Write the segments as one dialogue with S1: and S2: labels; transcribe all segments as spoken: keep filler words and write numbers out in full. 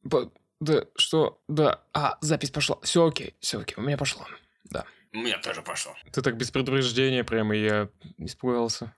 S1: По... Да, что? Да. А, запись пошла. Все окей, все окей, у меня пошло. Да.
S2: У меня тоже пошло.
S1: Ты так без предупреждения прямо, я испугался.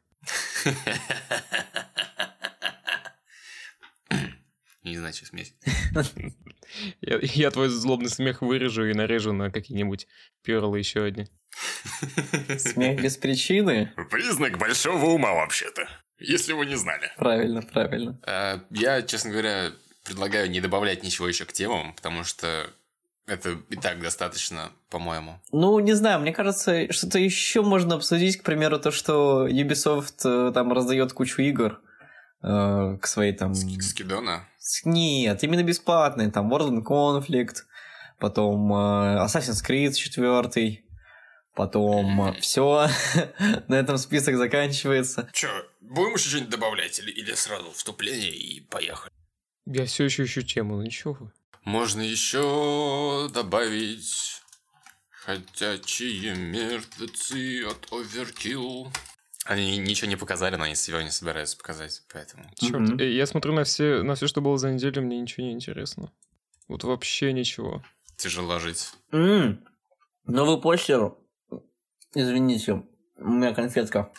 S2: Не знаю, что смесь.
S1: Я, я твой злобный смех вырежу и нарежу на какие-нибудь перлы еще одни.
S3: Смех без причины?
S2: Признак большого ума, вообще-то. Если вы не знали.
S3: Правильно, правильно.
S2: А, я, честно говоря, предлагаю не добавлять ничего еще к темам, потому что это и так достаточно, по-моему.
S3: Ну, не знаю, мне кажется, что-то еще можно обсудить, к примеру, то, что Ubisoft там раздает кучу игр э, к своей там...
S2: Скидона?
S3: Нет, именно бесплатные, там World and Conflict, потом э, Assassin's Creed четыре, потом mm-hmm. все, на этом список заканчивается.
S2: Че, будем еще что-нибудь добавлять или, или сразу вступление и поехали?
S1: Я все еще ищу тему, ну ничего вы.
S2: Можно еще добавить ходячие мертвецы от Overkill. Они ничего не показали, но они сегодня собираются показать, поэтому...
S1: Черт, mm-hmm. я смотрю на все, на все, что было за неделю, мне ничего не интересно. Вот вообще ничего.
S2: Тяжело жить.
S3: Mm. Новый постер. Извините, у меня конфетка.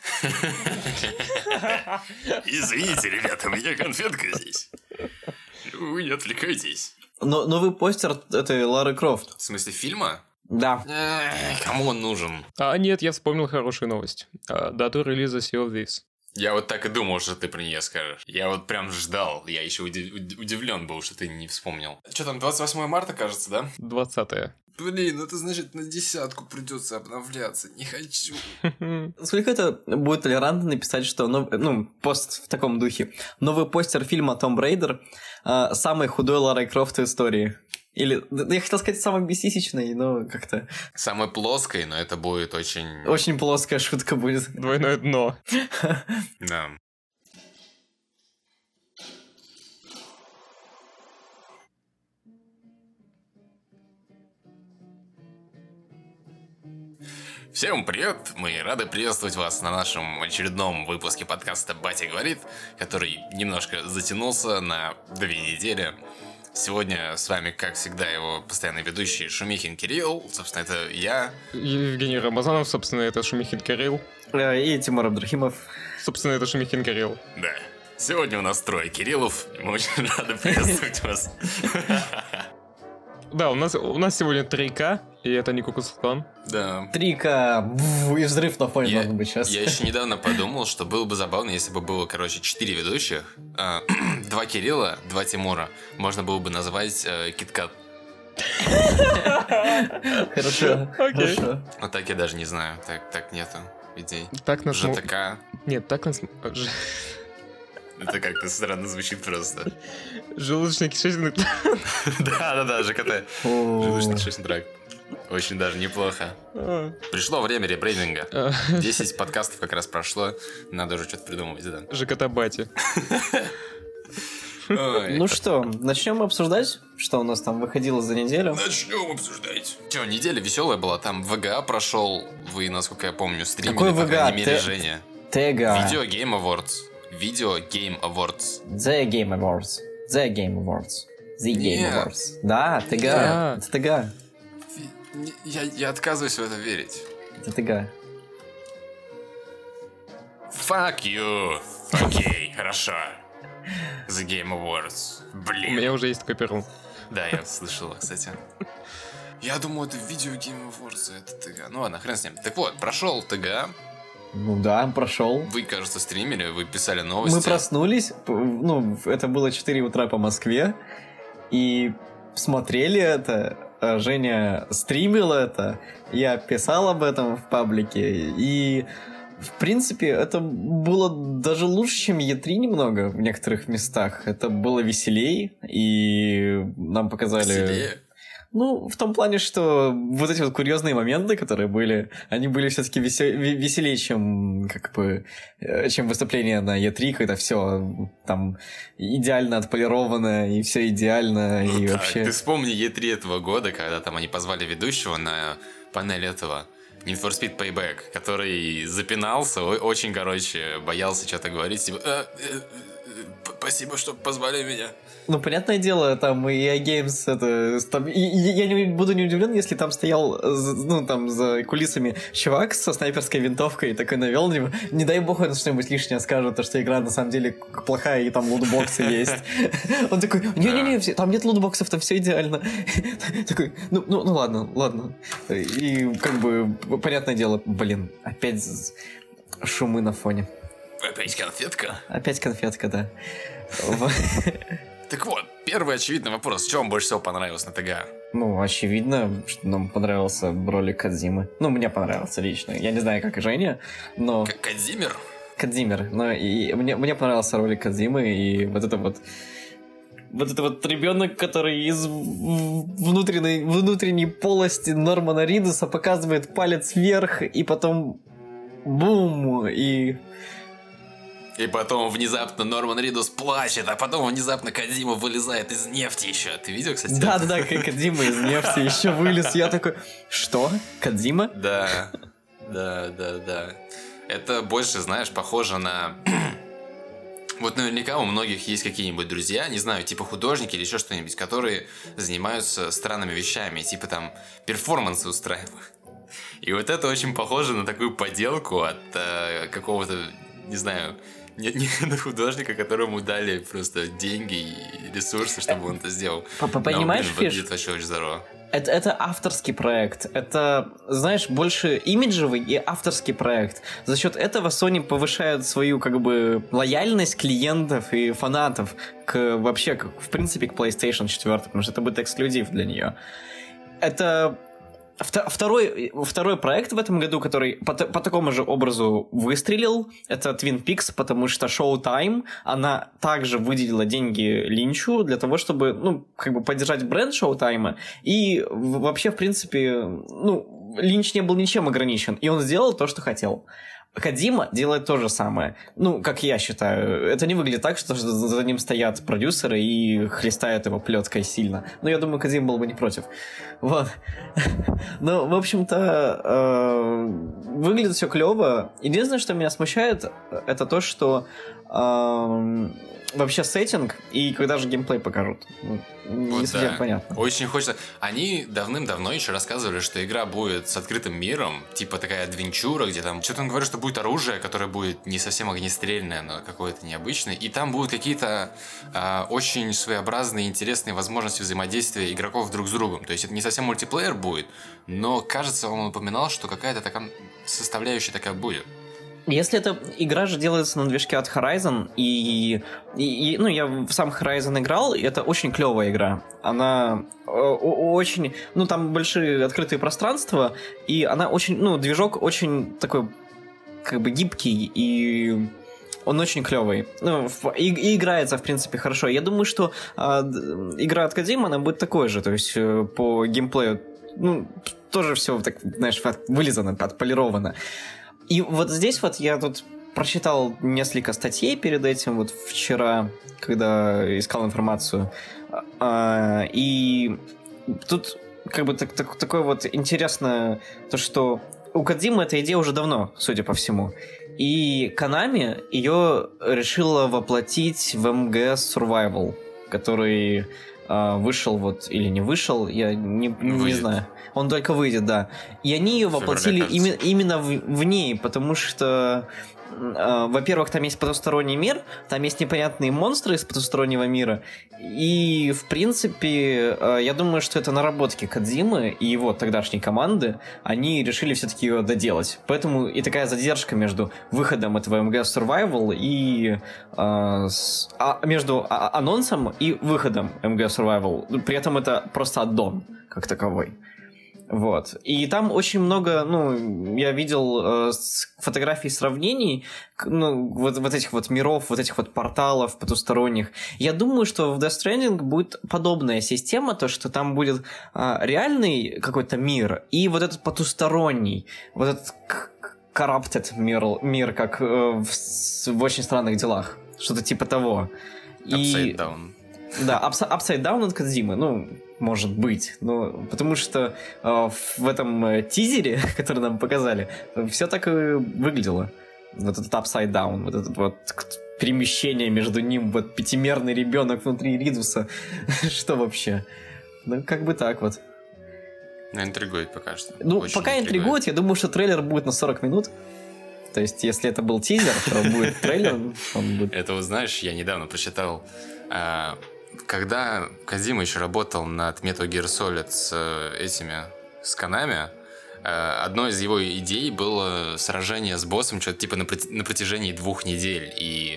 S2: Извините, ребята, у меня конфетка здесь. Вы не отвлекайтесь.
S3: Но новый постер этой Лары Крофт.
S2: В смысле фильма?
S3: Да.
S2: Кому он нужен?
S1: А, нет, я вспомнил хорошую новость. Дату релиза Sea of Thieves.
S2: Я вот так и думал, что ты про нее скажешь. Я вот прям ждал. Я еще удив... удивлен был, что ты не вспомнил. Что там, двадцать восьмое марта, кажется, да?
S1: двадцатое.
S2: Блин, это значит на десятку придется обновляться. Не хочу.
S3: Сколько это будет толерантно написать, что нов... ну, пост в таком духе. Новый постер фильма Tomb Raider э, самой худой Ларой Крофт в истории. Или, я хотел сказать, самой бессисечной, но как-то...
S2: Самой плоской, но это будет очень...
S3: Очень плоская шутка будет.
S1: Двойное дно.
S2: Да. Всем привет! Мы рады приветствовать вас на нашем очередном выпуске подкаста «Батя говорит», который немножко затянулся на две недели. Сегодня с вами, как всегда, его постоянный ведущий Шумихин Кирилл. Собственно, это я.
S1: Евгений Рамазанов, собственно, это Шумихин Кирилл.
S3: И Тимур Абдрахимов.
S1: Собственно, это Шумихин Кирилл.
S2: Да. Сегодня у нас трое Кириллов, и мы очень рады приветствовать вас.
S1: Да, у нас, у нас сегодня три ка, и это не Кукусклан.
S2: Да.
S3: три ка, и взрыв на фоне должен быть сейчас.
S2: Я еще недавно подумал, что было бы забавно, если бы было, короче, четыре ведущих, э, два Кирилла, два Тимура. Можно было бы назвать э, Киткат.
S3: Хорошо, хорошо.
S2: А так я даже не знаю, так, так нету идей.
S1: Так нас...
S2: ЖТК.
S1: Нет, так нас...
S2: Это как-то странно звучит просто.
S1: Желудочно-кишечный тракт.
S2: Да-да-да, ЖКТ. Желудочно-кишечный тракт. Очень даже неплохо. Пришло время ребрендинга. десять подкастов как раз прошло. Надо уже что-то придумывать, да.
S1: ЖКТ-бати.
S3: Ну что, начнем обсуждать, что у нас там выходило за неделю?
S2: Начнем обсуждать. Че, неделя веселая была, там ВГА прошел. Вы, насколько я помню, стримили,
S3: Какой
S2: по
S3: ВГА?
S2: крайней мере, Женя.
S3: ТГА.
S2: Video Game Awards. Video Game Awards.
S3: The Game Awards. The Game Awards. The Game
S2: Нет.
S3: Awards. Да, ТГА.
S1: Да.
S3: Это ТГА.
S2: Я, я отказываюсь в это верить.
S3: Это ТГА.
S2: Fuck you. Окей, хорошо. The Game Awards. Блин.
S1: У меня уже есть такой перл.
S2: Да, я слышала, кстати. Я думаю, это Video Game Awards, это ТГА. Ну ладно, хрен с ним. Так вот, прошел ТГА.
S3: Ну да, прошел.
S2: Вы, кажется, стримили, вы писали новости.
S3: Мы проснулись, ну, это было четыре утра по Москве, и смотрели это, Женя стримил это, я писал об этом в паблике, и, в принципе, это было даже лучше, чем и три немного в некоторых местах. Это было веселей, и нам показали...
S2: Веселее?
S3: Ну, в том плане, что вот эти вот курьезные моменты, которые были, они были все-таки веселее, чем, как бы, чем выступление на и три, когда все там идеально отполировано, и все идеально,
S2: ну
S3: и
S2: так,
S3: вообще...
S2: Ты вспомни и три этого года, когда там они позвали ведущего на панель этого Need for Speed Payback, который запинался, очень, короче, боялся что-то говорить, типа... Спасибо, что позвали меня.
S3: Ну, понятное дело, там и и эй Games, это, там, и, и, я не буду не удивлен, если там стоял, ну, там, за кулисами чувак со снайперской винтовкой и такой навел на него. Не дай бог он что-нибудь лишнее скажет, то, что игра на самом деле плохая, и там лутбоксы есть. Он такой, не-не-не, там нет лутбоксов, там все идеально. Такой, ну, ну, ну ладно, ладно. И, как бы, понятное дело, блин, опять шумы на фоне.
S2: Опять конфетка?
S3: Опять конфетка, да.
S2: Так вот, первый очевидный вопрос. Что вам больше всего понравилось на тэ гэ а?
S3: Ну, очевидно, что нам понравился ролик Кодзимы. Ну, мне понравился лично. Я не знаю, как и Женя, но...
S2: К- Кодзимер?
S3: Кодзимер. Но и мне, мне понравился ролик Кодзимы, и вот это вот... Вот это вот ребенок, который из внутренней, внутренней полости Нормана Ридуса показывает палец вверх, и потом... Бум! И...
S2: И потом внезапно Норман Ридус плачет, а потом внезапно Кодзима вылезает из нефти еще. Ты видел, кстати?
S3: Да-да-да, Кодзима из нефти еще вылез. Я такой, что? Кодзима?
S2: Да, да, да, да. Это больше, знаешь, похоже на... Вот наверняка у многих есть какие-нибудь друзья, не знаю, типа художники или еще что-нибудь, которые занимаются странными вещами, типа там перформансы устраивают. И вот это очень похоже на такую поделку от э, какого-то, не знаю... Нет ни одного художника, которому дали просто деньги и ресурсы, чтобы он это сделал.
S3: Понимаешь,
S2: Но, блин, выглядит вообще очень здорово.
S3: Это, это авторский проект. Это, знаешь, больше имиджевый и авторский проект. За счет этого Sony повышает свою, как бы, лояльность клиентов и фанатов к вообще, к, в принципе, к PlayStation четыре, потому что это будет эксклюзив для нее. Это... Второй, второй проект в этом году, который по, по такому же образу выстрелил, это Twin Peaks, потому что Showtime, она также выделила деньги Линчу для того, чтобы, ну, как бы поддержать бренд Showtime, и вообще, в принципе, ну, Линч не был ничем ограничен, и он сделал то, что хотел. Кодзима делает то же самое. Ну, как я считаю. Это не выглядит так, что за ним стоят продюсеры и хлестают его плеткой сильно. Но я думаю, Кодзима был бы не против. Вот. Ну, в общем-то, выглядит все клево. Единственное, что меня смущает, это то, что вообще сеттинг и когда же геймплей покажут. Не
S2: вот
S3: совсем
S2: да.
S3: понятно.
S2: Очень хочется. Они давным-давно еще рассказывали, что игра будет с открытым миром, типа такая адвенчура, где там что-то он говорит, что будет оружие, которое будет не совсем огнестрельное, но какое-то необычное, и там будут какие-то а, очень своеобразные, интересные возможности взаимодействия игроков друг с другом. То есть это не совсем мультиплеер будет, но кажется, он упоминал, что какая-то такая составляющая такая будет.
S3: Если эта игра же делается на движке от Horizon, и, и, и ну, я в сам Horizon играл, и это очень клевая игра. Она о- очень, ну, там большие открытые пространства, и она очень, ну, движок очень такой, как бы, гибкий, и он очень клевый. Ну, и, и играется, в принципе, хорошо. Я думаю, что э, игра от Kojima, она будет такой же, то есть э, по геймплею, ну, тоже все, так, знаешь, вылизано, отполировано. И вот здесь вот я тут прочитал несколько статей перед этим, вот вчера, когда искал информацию, и тут как бы так, так, такое вот интересно, то, что у Кодзимы эта идея уже давно, судя по всему, и Konami ее решила воплотить в эм джи эс Survival, который вышел вот, или не вышел, я не, не знаю. Он только выйдет, да. И они ее воплотили име, именно в, в ней, потому что, э, во-первых, там есть потусторонний мир, там есть непонятные монстры из потустороннего мира, и, в принципе, э, я думаю, что это наработки Кодзимы и его тогдашней команды, они решили все-таки ее доделать. Поэтому и такая задержка между выходом этого эм джи эс Survival и э, с, а, между а, анонсом и выходом эм джи эс Survival. При этом это просто аддон как таковой. Вот. И там очень много, ну, я видел э, фотографий сравнений, ну, вот, вот этих вот миров, вот этих вот порталов потусторонних. Я думаю, что в Death Stranding будет подобная система, то, что там будет э, реальный какой-то мир и вот этот потусторонний, вот этот corrupted мир, мир как э, в, в очень странных делах. Что-то типа того.
S2: Upside
S3: и...
S2: down.
S3: Да, upside, upside down от Кодзимы, ну, может быть. Ну, потому что э, в этом э, тизере, который нам показали, все так и выглядело. Вот этот upside down, вот этот вот перемещение между ним, вот пятимерный ребенок внутри Ридуса. Что вообще? Ну, как бы так вот.
S2: Ну, интригует пока что.
S3: Ну,
S2: Очень
S3: пока интригует. интригует, я думаю, что трейлер будет на сорок минут. То есть, если это был тизер, то будет трейлер. Он будет...
S2: Это, вот, знаешь, я недавно прочитал, когда Кодзима еще работал над Metal Gear Solid с этими, с Konami, одной из его идей было сражение с боссом что-то типа на, проти- на протяжении двух недель. И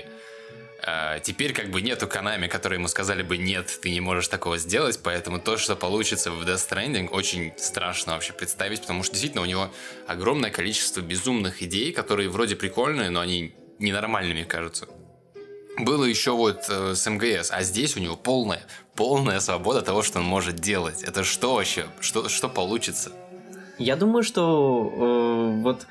S2: э, теперь как бы нету Konami, которые ему сказали бы нет, ты не можешь такого сделать, поэтому то, что получится в Death Stranding, очень страшно вообще представить, потому что действительно у него огромное количество безумных идей, которые вроде прикольные, но они ненормальными кажутся. Было еще вот э, с эм гэ эс, а здесь у него полная, полная свобода того, что он может делать. Это что вообще? Что, что получится?
S3: Я думаю, что э, вот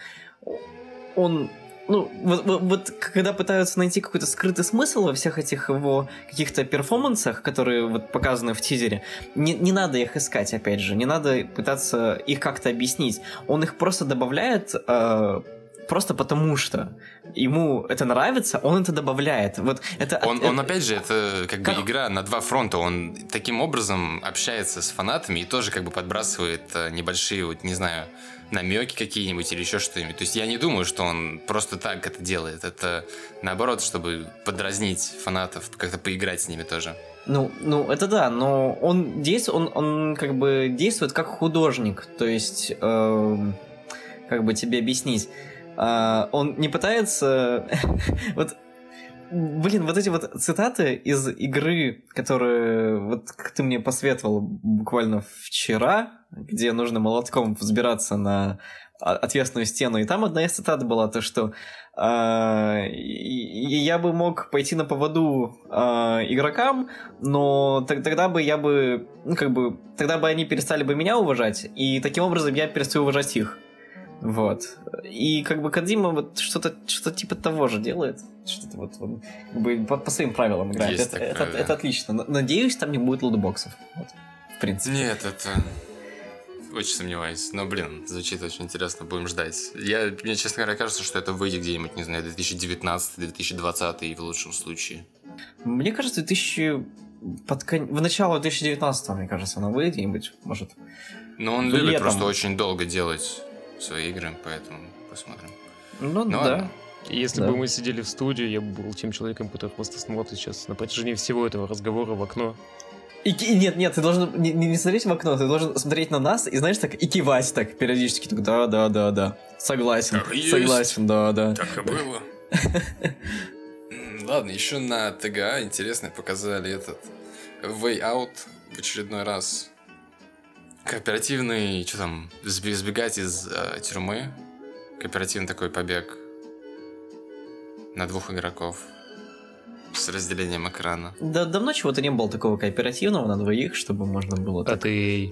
S3: он, ну, вот, вот, вот когда пытаются найти какой-то скрытый смысл во всех этих его каких-то перформансах, которые вот показаны в тизере, не, не надо их искать, опять же, не надо пытаться их как-то объяснить. Он их просто добавляет э, просто потому что ему это нравится, он это добавляет. Вот это,
S2: он,
S3: это,
S2: он опять же, это как, как бы игра на два фронта. Он таким образом общается с фанатами и тоже как бы подбрасывает небольшие, вот не знаю, намеки какие-нибудь или еще что-нибудь. То есть я не думаю, что он просто так это делает. Это наоборот, чтобы подразнить фанатов, как-то поиграть с ними тоже.
S3: Ну, ну, это да, но он действует, он, он как бы действует как художник. То есть, э, как бы тебе объяснить. Uh, он не пытается... вот, блин, вот эти вот цитаты из игры, которые вот как ты мне посоветовал буквально вчера, где нужно молотком взбираться на отвесную стену, и там одна из цитат была, то что uh, я бы мог пойти на поводу uh, игрокам, но т- тогда бы я бы... Ну, как бы... Тогда бы они перестали бы меня уважать, и таким образом я перестаю уважать их. Вот. И как бы Кодзима вот что-то, что типа того же делает. Что-то вот он как бы по, по своим правилам играет. Это, такое, это, да. это отлично. Надеюсь, там не будет лутбоксов. Вот. В принципе.
S2: Нет, это... Очень сомневаюсь. Но, блин, звучит очень интересно. Будем ждать. Я, мне, честно говоря, кажется, что это выйдет где-нибудь, не знаю, две тысячи девятнадцатый - две тысячи двадцатый в лучшем случае.
S3: Мне кажется, две тысячи... Под кон... в начало две тысячи девятнадцатого, мне кажется, она выйдет где-нибудь, может.
S2: Но он любит просто очень долго делать свои игры, поэтому посмотрим.
S3: Ну, ну да.
S1: Если
S3: да.
S1: бы мы сидели в студии, я бы был тем человеком, который просто смотрит сейчас на протяжении всего этого разговора в окно.
S3: И, и нет, нет, ты должен не, не смотреть в окно, ты должен смотреть на нас и, знаешь, так и кивать так периодически. Так, да, да, да, да. Согласен.
S2: Так и
S3: согласен,
S2: есть.
S3: да, да.
S2: Так и было. Ладно, еще на тэ гэ а интересно показали этот Way Out в очередной раз. Кооперативный, что там, сбегать из э, тюрьмы. Кооперативный такой побег на двух игроков с разделением экрана.
S3: Да, давно чего-то не было такого кооперативного на двоих, чтобы можно было...
S1: А ты...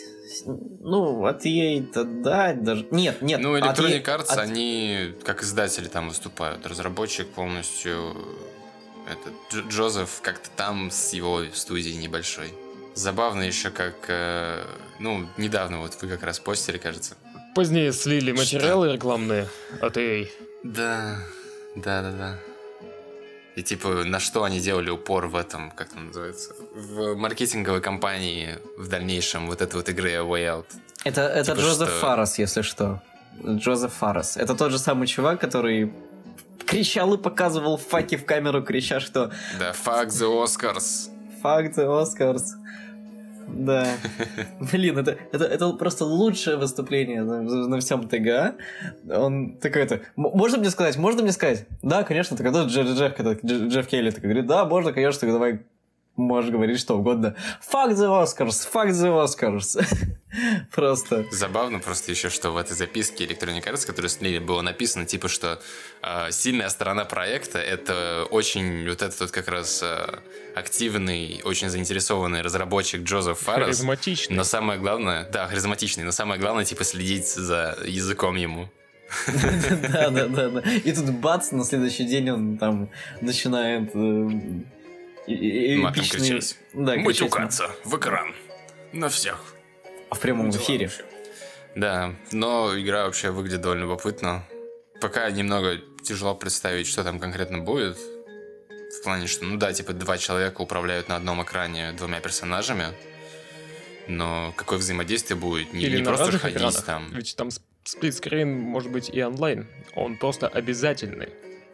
S3: Ну, от и эй-то да, даже... Нет, нет.
S2: Ну, Electronic Arts,
S3: от...
S2: они как издатели там выступают. Разработчик полностью... Это, Дж- Джозеф как-то там с его студией небольшой. Забавно еще, как... Э, ну, недавно вот вы как раз постили, кажется.
S1: Позднее слили материалы Что? рекламные от и эй.
S2: Да, да, да, да. И типа, на что они делали упор в этом, как это называется, в маркетинговой кампании в дальнейшем вот этой вот игры A Way Out.
S3: Это, это
S2: типа
S3: Джозеф
S2: что...
S3: Фаррес, если что. Джозеф Фаррес. Это тот же самый чувак, который кричал и показывал факи в камеру, крича, что...
S2: Да, fuck the Oscars.
S3: Fuck the Oscars. Да. Блин, это, это, это просто лучшее выступление на, на всем тэ гэ а. Он такой-то... Можно мне сказать? Можно мне сказать? Да, конечно. Так, а Джефф, Джефф, Джефф Келли такой говорит, да, можно, конечно, так, давай можешь говорить что угодно. Fuck the Oscars, fuck the Oscars. Просто.
S2: Забавно просто еще, что в этой записке Electronic Arts, которую слили, было написано, типа, что э, сильная сторона проекта — это очень вот этот вот как раз э, активный, очень заинтересованный разработчик Джозеф Фаррес.
S1: Харизматичный.
S2: Но самое главное... Да, харизматичный. Но самое главное, типа, следить за языком ему.
S3: Да, да, да, да. И тут бац, на следующий день он там начинает...
S2: Матом кричать. Матюкаться в экран. На всех.
S3: В прямом эфире.
S2: Да, но игра вообще выглядит довольно любопытно. Пока немного тяжело представить, что там конкретно будет. В плане, что, ну да, типа два человека управляют на одном экране двумя персонажами, но какое взаимодействие будет? Не,
S1: Или
S2: не
S1: на
S2: просто
S1: разных
S2: ходить
S1: экранах.
S2: там.
S1: Ведь там сплитскрин может быть и онлайн. Он просто обязательный.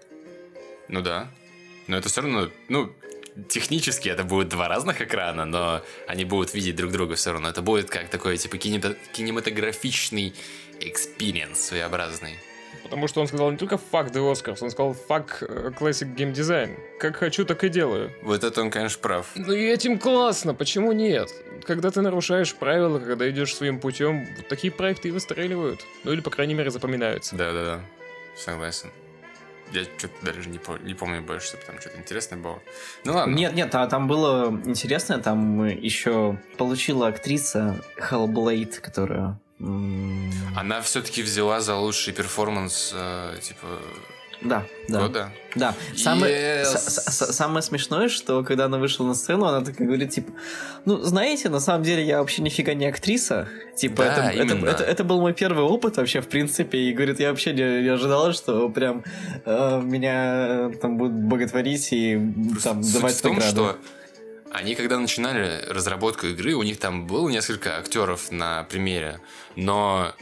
S2: Ну да. Но это все равно, ну, технически это будут два разных экрана, но они будут видеть друг друга все равно. Это будет как такой, типа, кинемато- кинематографичный экспириенс своеобразный.
S1: Потому что он сказал не только fuck the Oscars, он сказал fuck э, Classic Game Design. Как хочу, так и делаю.
S2: Вот это он, конечно, прав.
S1: Ну и этим классно, почему нет? Когда ты нарушаешь правила, когда идешь своим путем, вот такие проекты и выстреливают. Ну или, по крайней мере, запоминаются.
S2: Да-да-да, согласен. Я что-то даже не, по- не помню больше, чтобы там что-то интересное было. Ну ладно.
S3: Нет, нет, а там было интересно, там еще получила актриса Hellblade, которая... м,
S2: Она все-таки взяла за лучший перформанс, э, типа,
S3: Да, да.
S2: года.
S3: Да. Самое,
S2: Yes.
S3: с- с- самое смешное, что когда она вышла на сцену, она такая говорит, типа, ну, знаете, на самом деле я вообще нифига не актриса. Типа,
S2: Да,
S3: это, это,
S2: именно.
S3: это, это был мой первый опыт вообще, в принципе. И говорит, я вообще не, не ожидала, что прям э, меня э, там будут боготворить и там
S2: Суть
S3: давать
S2: в том,
S3: награды.
S2: что они, когда начинали разработку игры, у них там было несколько актеров на примере, но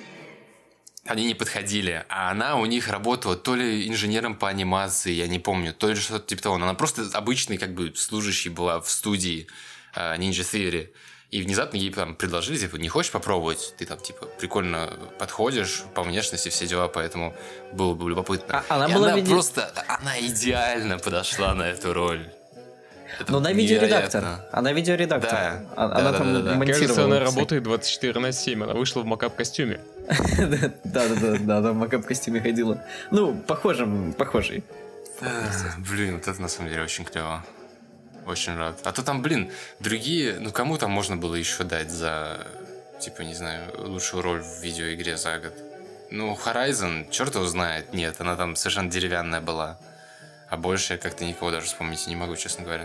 S2: они не подходили, а она у них работала то ли инженером по анимации, я не помню, то ли что-то типа того. Но она просто обычный, как бы, служащий была в студии э, Ninja Theory. И внезапно ей там предложили, типа, не хочешь попробовать? Ты там, типа, прикольно подходишь по внешности, все дела, поэтому было бы любопытно.
S3: А- она
S2: И
S3: была
S2: она
S3: виде-
S2: просто, она идеально подошла на эту роль. Это
S3: Но она видеоредактор.
S2: невероятно.
S3: Она видеоредактор.
S2: Да.
S3: А-
S2: Да,
S3: Она
S2: да,
S3: там
S2: да, да.
S3: монтировала.
S1: Кажется, она
S3: всякие-
S1: работает двадцать четыре на семь. Она вышла в макап-костюме.
S3: Да-да-да, да, она в макап-костюме ходила. Ну, похожим, похожий.
S2: Да, блин, вот это на самом деле очень клево. Очень рад. А то там, блин, другие... Ну, кому там можно было еще дать за, типа, не знаю, лучшую роль в видеоигре за год? Ну, Horizon, черт его знает. Нет, она там совершенно деревянная была. А больше я как-то никого даже вспомнить не могу, честно говоря.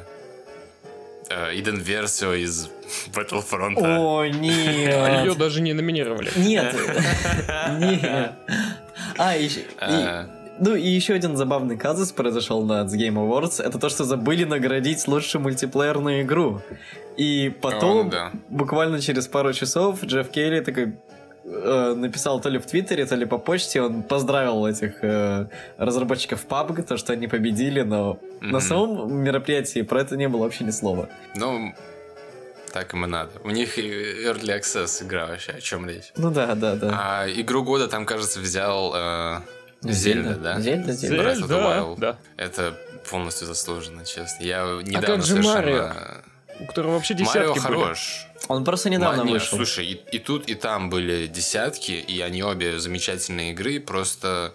S2: Иден Версио из Battlefront.
S3: О,
S1: Ее
S3: нет.
S1: даже не номинировали.
S3: Нет. Нет. А, еще...
S2: А,
S3: Ну и еще один забавный казус произошел на X Game Awards. Это то, что забыли наградить лучшую мультиплеерную игру. И потом,
S2: О, да.
S3: буквально через пару часов, Джефф Келли такой э, написал то ли в Твиттере, то ли по почте, он поздравил этих э, разработчиков пабг, то, что они победили, но
S2: Мгм.
S3: на самом мероприятии про это не было вообще ни слова.
S2: Ну, так им и надо. У них и Early Access игра вообще, о чем речь.
S3: Ну да, да, да.
S2: А игру года там, кажется, взял э, Зельда, да?
S3: Зельда, Зельда.
S2: Breath of the
S1: Да,
S2: Wild.
S1: да.
S2: Это полностью заслуженно, честно. Я
S1: как
S2: недавно
S1: же
S2: совершенно...
S1: Марио? У которого вообще десятки
S2: Марио
S1: были.
S2: хорош.
S3: Он просто недавно
S2: Ма- не,
S3: вышел.
S2: Слушай, и, и тут, и там были десятки, и они обе замечательные игры, просто...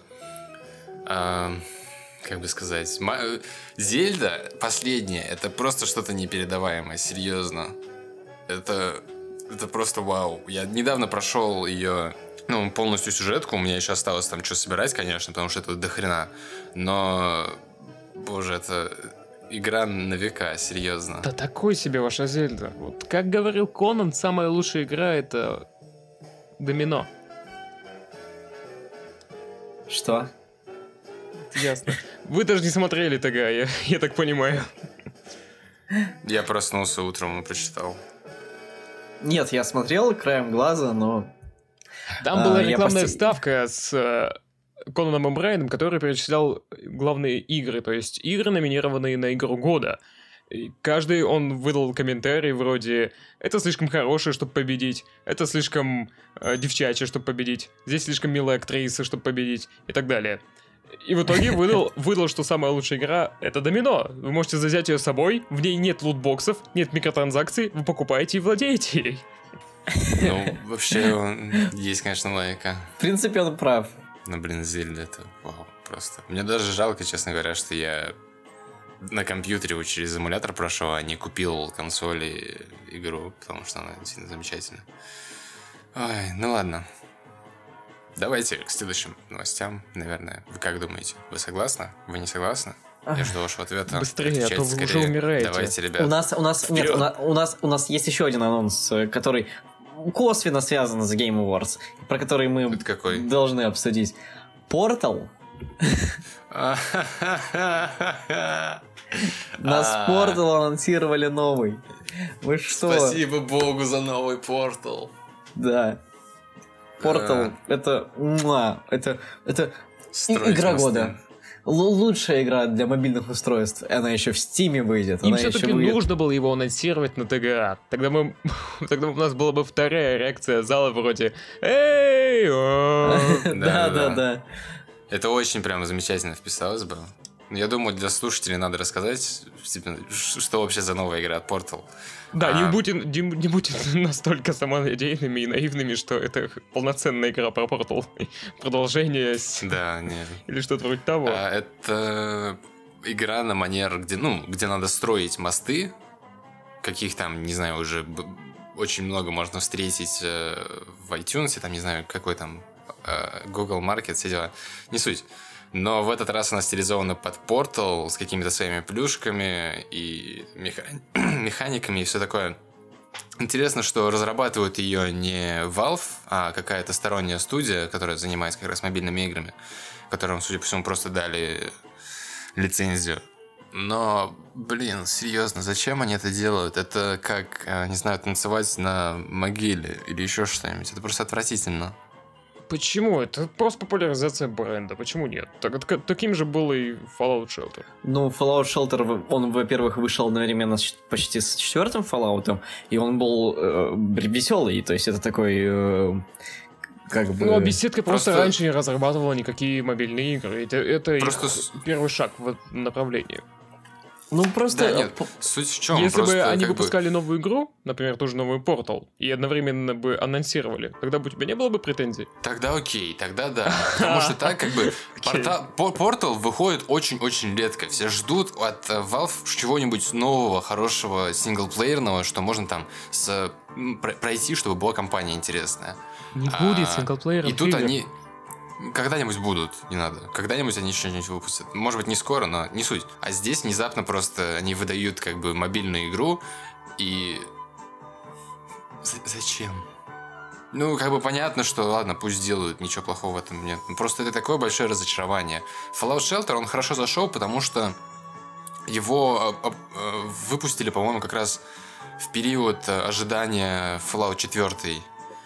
S2: э, как бы сказать... Ма- Зельда последняя, это просто что-то непередаваемое, серьезно. Это, это просто вау. Я недавно прошел ее, ну, полностью сюжетку. У меня еще осталось там что собирать, конечно, потому что это до хрена. Но, боже, это игра на века, серьезно.
S1: Да такой себе ваша Зельда. Вот как говорил Конан, самая лучшая игра это Домино.
S3: Что?
S1: Ясно. Вы даже не смотрели тогда, я, я так понимаю.
S2: Я проснулся утром и прочитал.
S3: Нет, я смотрел краем глаза, но...
S1: Там
S3: А,
S1: была
S3: я
S1: рекламная
S3: посте-
S1: вставка с э, Конаном О'Брайеном, который перечислял главные игры, то есть игры, номинированные на игру года. И каждый он выдал комментарий вроде «Это слишком хорошее, чтобы победить», «Это слишком э, девчачье, чтобы победить», «Здесь слишком милая актриса, чтобы победить» и так далее. И в итоге выдал, выдал, что самая лучшая игра — это Домино. Вы можете взять ее с собой, в ней нет лутбоксов, нет микротранзакций, вы покупаете и владеете ей.
S2: Ну, вообще, он- есть, конечно, логика.
S3: В принципе, он прав.
S2: Но, блин, Зельда это вау, просто. Мне даже жалко, честно говоря, что я на компьютере вот через эмулятор прошел, а не купил консоли игру, потому что она действительно замечательная. Ой, ну ладно. Давайте к следующим новостям, наверное. Вы как думаете? Вы согласны? Вы не согласны? Я жду вашего ответа.
S1: Быстрее, а то
S2: Отвечайте
S1: вы уже
S2: скорее.
S1: умираете.
S2: Давайте, ребят.
S3: У нас, у нас, нет,
S2: Вперед!
S3: у нас, у нас, у нас есть еще один анонс, э, который косвенно связан с Game Awards, про который мы
S2: Это какой?
S3: должны обсудить. Portal На Portal анонсировали новый. Вы что?
S2: Спасибо богу за новый Portal.
S3: Да. Portal это... Это... Это игра года. Лучшая игра для мобильных устройств. Она еще в Стиме выйдет.
S1: Им все-таки нужно было его анонсировать на тэ гэ а. Тогда мы, тогда у нас была бы вторая реакция зала вроде «Эй!»
S3: Да, да, да.
S2: Это очень прям замечательно вписалось бы. Я думаю, для слушателей надо рассказать, что вообще за новая игра от Portal.
S1: Да,
S2: а...
S1: не, будьте, не, не будьте настолько самонадеянными и наивными, что это полноценная игра про Portal. Продолжение с...
S2: Да, нет.
S1: Или что-то вроде того.
S2: А, это игра на манер, где, ну, где надо строить мосты, каких там, не знаю, уже очень много можно встретить э, в iTunes, там, не знаю, какой там э, Google Market, все дела. Не суть. Но в этот раз она стилизована под Portal с какими-то своими плюшками и меха- механиками и все такое. Интересно, что разрабатывают ее не Valve, а какая-то сторонняя студия, которая занимается как раз мобильными играми, которым, судя по всему, просто дали лицензию. Но, блин, серьезно, зачем они это делают? Это как, не знаю, танцевать на могиле или еще что-нибудь. Это просто отвратительно.
S1: Почему? Это просто популяризация бренда. Почему нет? Так, так, таким же был и Fallout Shelter.
S3: Ну, Fallout Shelter, он, во-первых, вышел одновременно с, почти с четвертым Fallout, и он был э, веселый, то есть это такой... Э, как бы...
S1: Ну, а беседка просто,
S2: просто
S1: раньше не разрабатывала никакие мобильные игры. Это, это
S2: просто...
S1: первый шаг в этом направлении.
S3: Ну, просто...
S2: Да, нет, суть в чем?
S1: Если
S2: просто,
S1: бы они
S2: бы...
S1: выпускали новую игру, например, тоже новый Portal, и одновременно бы анонсировали, тогда бы у тебя не было бы претензий?
S2: Тогда окей, тогда да. Потому что так, как бы, Portal выходит очень-очень редко. Все ждут от Valve чего-нибудь нового, хорошего, синглплеерного, что можно там с... пройти, чтобы была компания интересная.
S1: Не будет синглплееров.
S2: И тут они... Когда-нибудь будут, не надо. Когда-нибудь они еще что-нибудь выпустят. Может быть, не скоро, но не суть. А здесь внезапно просто они выдают как бы мобильную игру, и... З- зачем? Ну, как бы понятно, что ладно, пусть делают, ничего плохого в этом нет. Просто это такое большое разочарование. Fallout Shelter, он хорошо зашел, потому что его э, э, выпустили, по-моему, как раз в период ожидания Fallout четыре.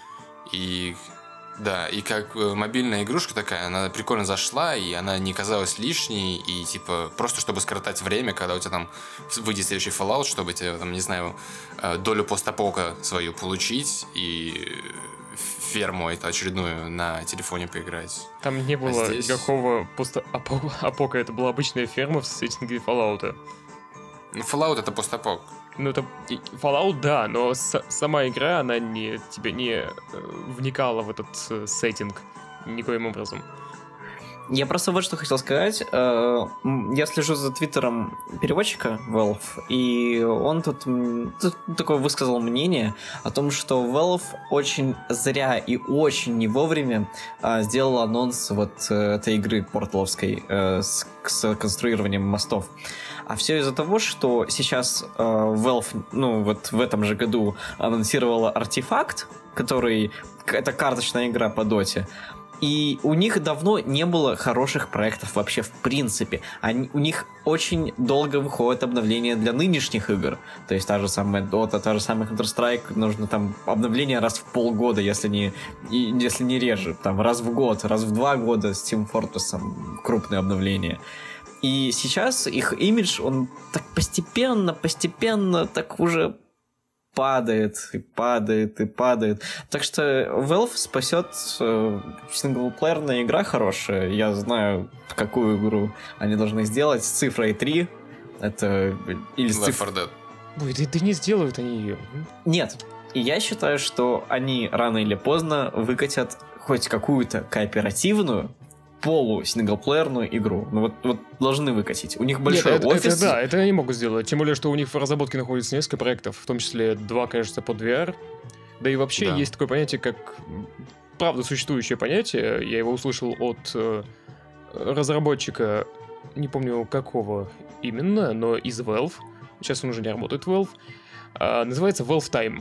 S2: И... Да, и как мобильная игрушка такая, она прикольно зашла, и она не казалась лишней, и типа просто чтобы скоротать время, когда у тебя там выйдет следующий Fallout, чтобы тебе там, не знаю, долю постапока свою получить, и ферму эту очередную на телефоне поиграть.
S1: Там не было
S2: а здесь...
S1: никакого постапока, это была обычная ферма в сеттинге Fallout.
S2: Ну, Fallout это постапок.
S1: Ну, это Fallout, да, но с- сама игра, она не, тебе не э, вникала в этот э, сеттинг никоим образом.
S3: Я просто вот что хотел сказать. Я слежу за твиттером переводчика Valve, и он тут, тут такое высказал мнение о том, что Valve очень зря и очень не вовремя сделал анонс вот этой игры порталовской с, с конструированием мостов. А все из-за того, что сейчас э, Valve, ну вот в этом же году анонсировала Артефакт, который это карточная игра по доте. И у них давно не было хороших проектов вообще в принципе. Они, у них очень долго выходит обновление для нынешних игр. То есть та же самая Dota, та же самая Counter-Strike, нужно там обновление раз в полгода, если не, если не реже. Там раз в год, раз в два года с Team Fortress крупные обновления. И сейчас их имидж, он так постепенно, постепенно так уже падает, и падает, и падает. Так что Valve спасет э, синглплеерная игра хорошая. Я знаю, какую игру они должны сделать с цифрой три. Это... Или с циф...
S2: Left four Dead.
S1: Ой, да, да не сделают они ее.
S3: Нет. И я считаю, что они рано или поздно выкатят хоть какую-то кооперативную полу-синглплеерную игру. Ну вот, вот должны выкатить. У них большой
S1: Нет, это,
S3: офис.
S1: Это, да, это они могут сделать. Тем более, что у них в разработке находится несколько проектов, в том числе два, кажется, под ви ар. Да и вообще
S2: да.
S1: есть такое понятие, как... Правда, существующее понятие. Я его услышал от э, разработчика, не помню какого именно, но из Valve. Сейчас он уже не работает в Valve. А, называется Valve Time.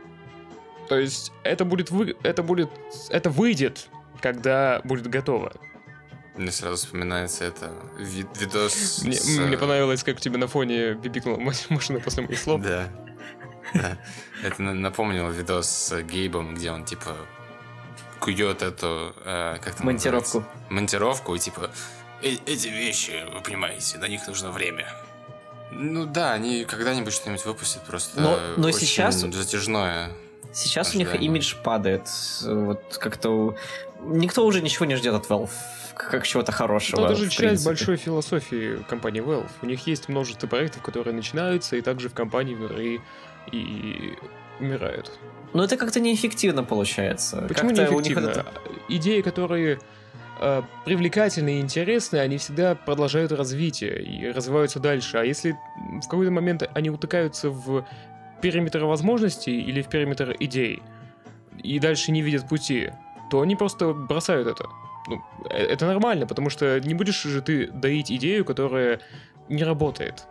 S1: То есть это будет... Вы... Это будет... Это выйдет, когда будет готово.
S2: Мне сразу вспоминается это ви- видос
S1: Мне,
S2: с...
S1: мне понравилось, как у тебя на фоне бибикнула машина после моих слов.
S2: Да. Да. Это на- напомнило видос с Гейбом, где он, типа, кует эту... э, как там
S3: Монтировку.
S2: называется? Монтировку, и, типа, «Э- эти вещи, вы понимаете, на них нужно время. Ну да, они когда-нибудь что-нибудь выпустят, просто
S3: Но- но
S2: очень
S3: сейчас-
S2: затяжное.
S3: Сейчас у них
S2: Ожидание.
S3: имидж падает. Вот как-то... Никто уже ничего не ждет от Valve, как чего-то хорошего.
S1: Ну, это же
S3: в
S1: часть
S3: принципе.
S1: большой философии компании Valve. У них есть множество проектов, которые начинаются, и также в компании внутри и умирают.
S3: Но это как-то неэффективно получается.
S1: Почему
S3: Как-то у них
S1: неэффективно?
S3: это-
S1: Идеи, которые э, привлекательны и интересны, они всегда продолжают развитие и развиваются дальше. А если в какой-то момент они утыкаются в периметр возможностей или в периметр идей и дальше не видят пути, то они просто бросают это. Ну, э- это нормально, потому что не будешь же ты доить идею, которая не работает.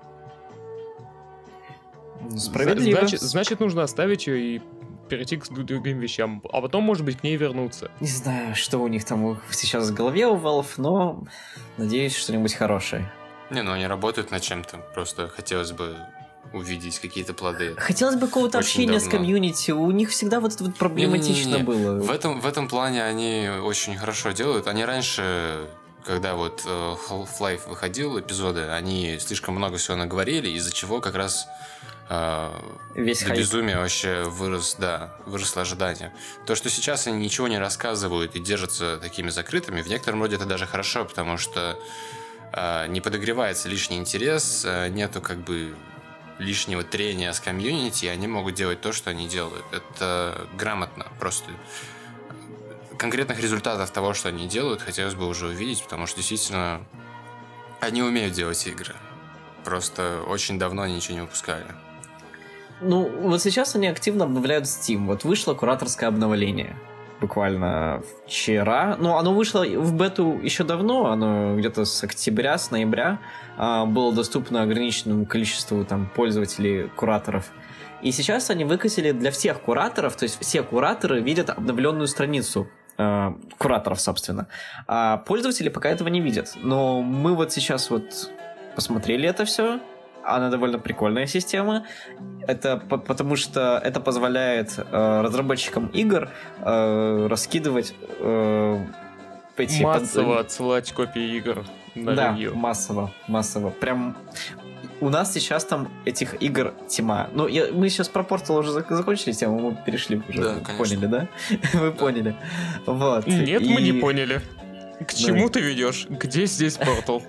S3: Справедливо.
S1: Значит, значит, нужно оставить ее и перейти к другим вещам, а потом, может быть, к ней вернуться.
S3: Не знаю, что у них там сейчас в голове у Valve, но надеюсь, что-нибудь хорошее.
S2: Не, ну они работают над чем-то, просто хотелось бы увидеть какие-то плоды.
S3: Хотелось бы какого-то
S2: Очень
S3: общения с
S2: давно.
S3: комьюнити. У них всегда вот это вот проблематично
S2: Не-не-не-не.
S3: было.
S2: В этом, в этом плане они очень хорошо делают. Они раньше, когда вот э, Half-Life выходил, эпизоды, они слишком много всего наговорили, из-за чего как раз э,
S3: Весь
S2: до
S3: хайп.
S2: безумия вообще вырос, да, выросло ожидание. То, что сейчас они ничего не рассказывают и держатся такими закрытыми, в некотором роде это даже хорошо, потому что э, не подогревается лишний интерес, э, нету как бы лишнего трения с комьюнити, и они могут делать то, что они делают. Это грамотно, просто конкретных результатов того, что они делают, хотелось бы уже увидеть, потому что действительно они умеют делать игры. Просто очень давно они ничего не выпускали.
S3: Ну, вот сейчас они активно обновляют Steam. Вот вышло кураторское обновление. Буквально вчера. Ну, оно вышло в бету еще давно, оно где-то с октября, с ноября а, было доступно ограниченному количеству там пользователей, кураторов. И сейчас они выкатили для всех кураторов, то есть все кураторы видят обновленную страницу э, кураторов, собственно. А пользователи пока этого не видят. Но мы вот сейчас вот посмотрели это все. Она довольно прикольная система. Это по- потому что это позволяет э, разработчикам игр э, раскидывать э, эти под-
S1: Массово отсылать копии игр на
S3: да,
S1: ревью.
S3: массово, массово. Прям у нас сейчас там этих игр тьма. Ну, я, мы сейчас про Portal уже зак- закончили тему, мы перешли уже.
S2: Да,
S3: Вы
S2: конечно.
S3: поняли, да? Вы поняли. Вот.
S1: Нет, мы
S3: И-
S1: не поняли. К чему ты ведешь? Где здесь портал?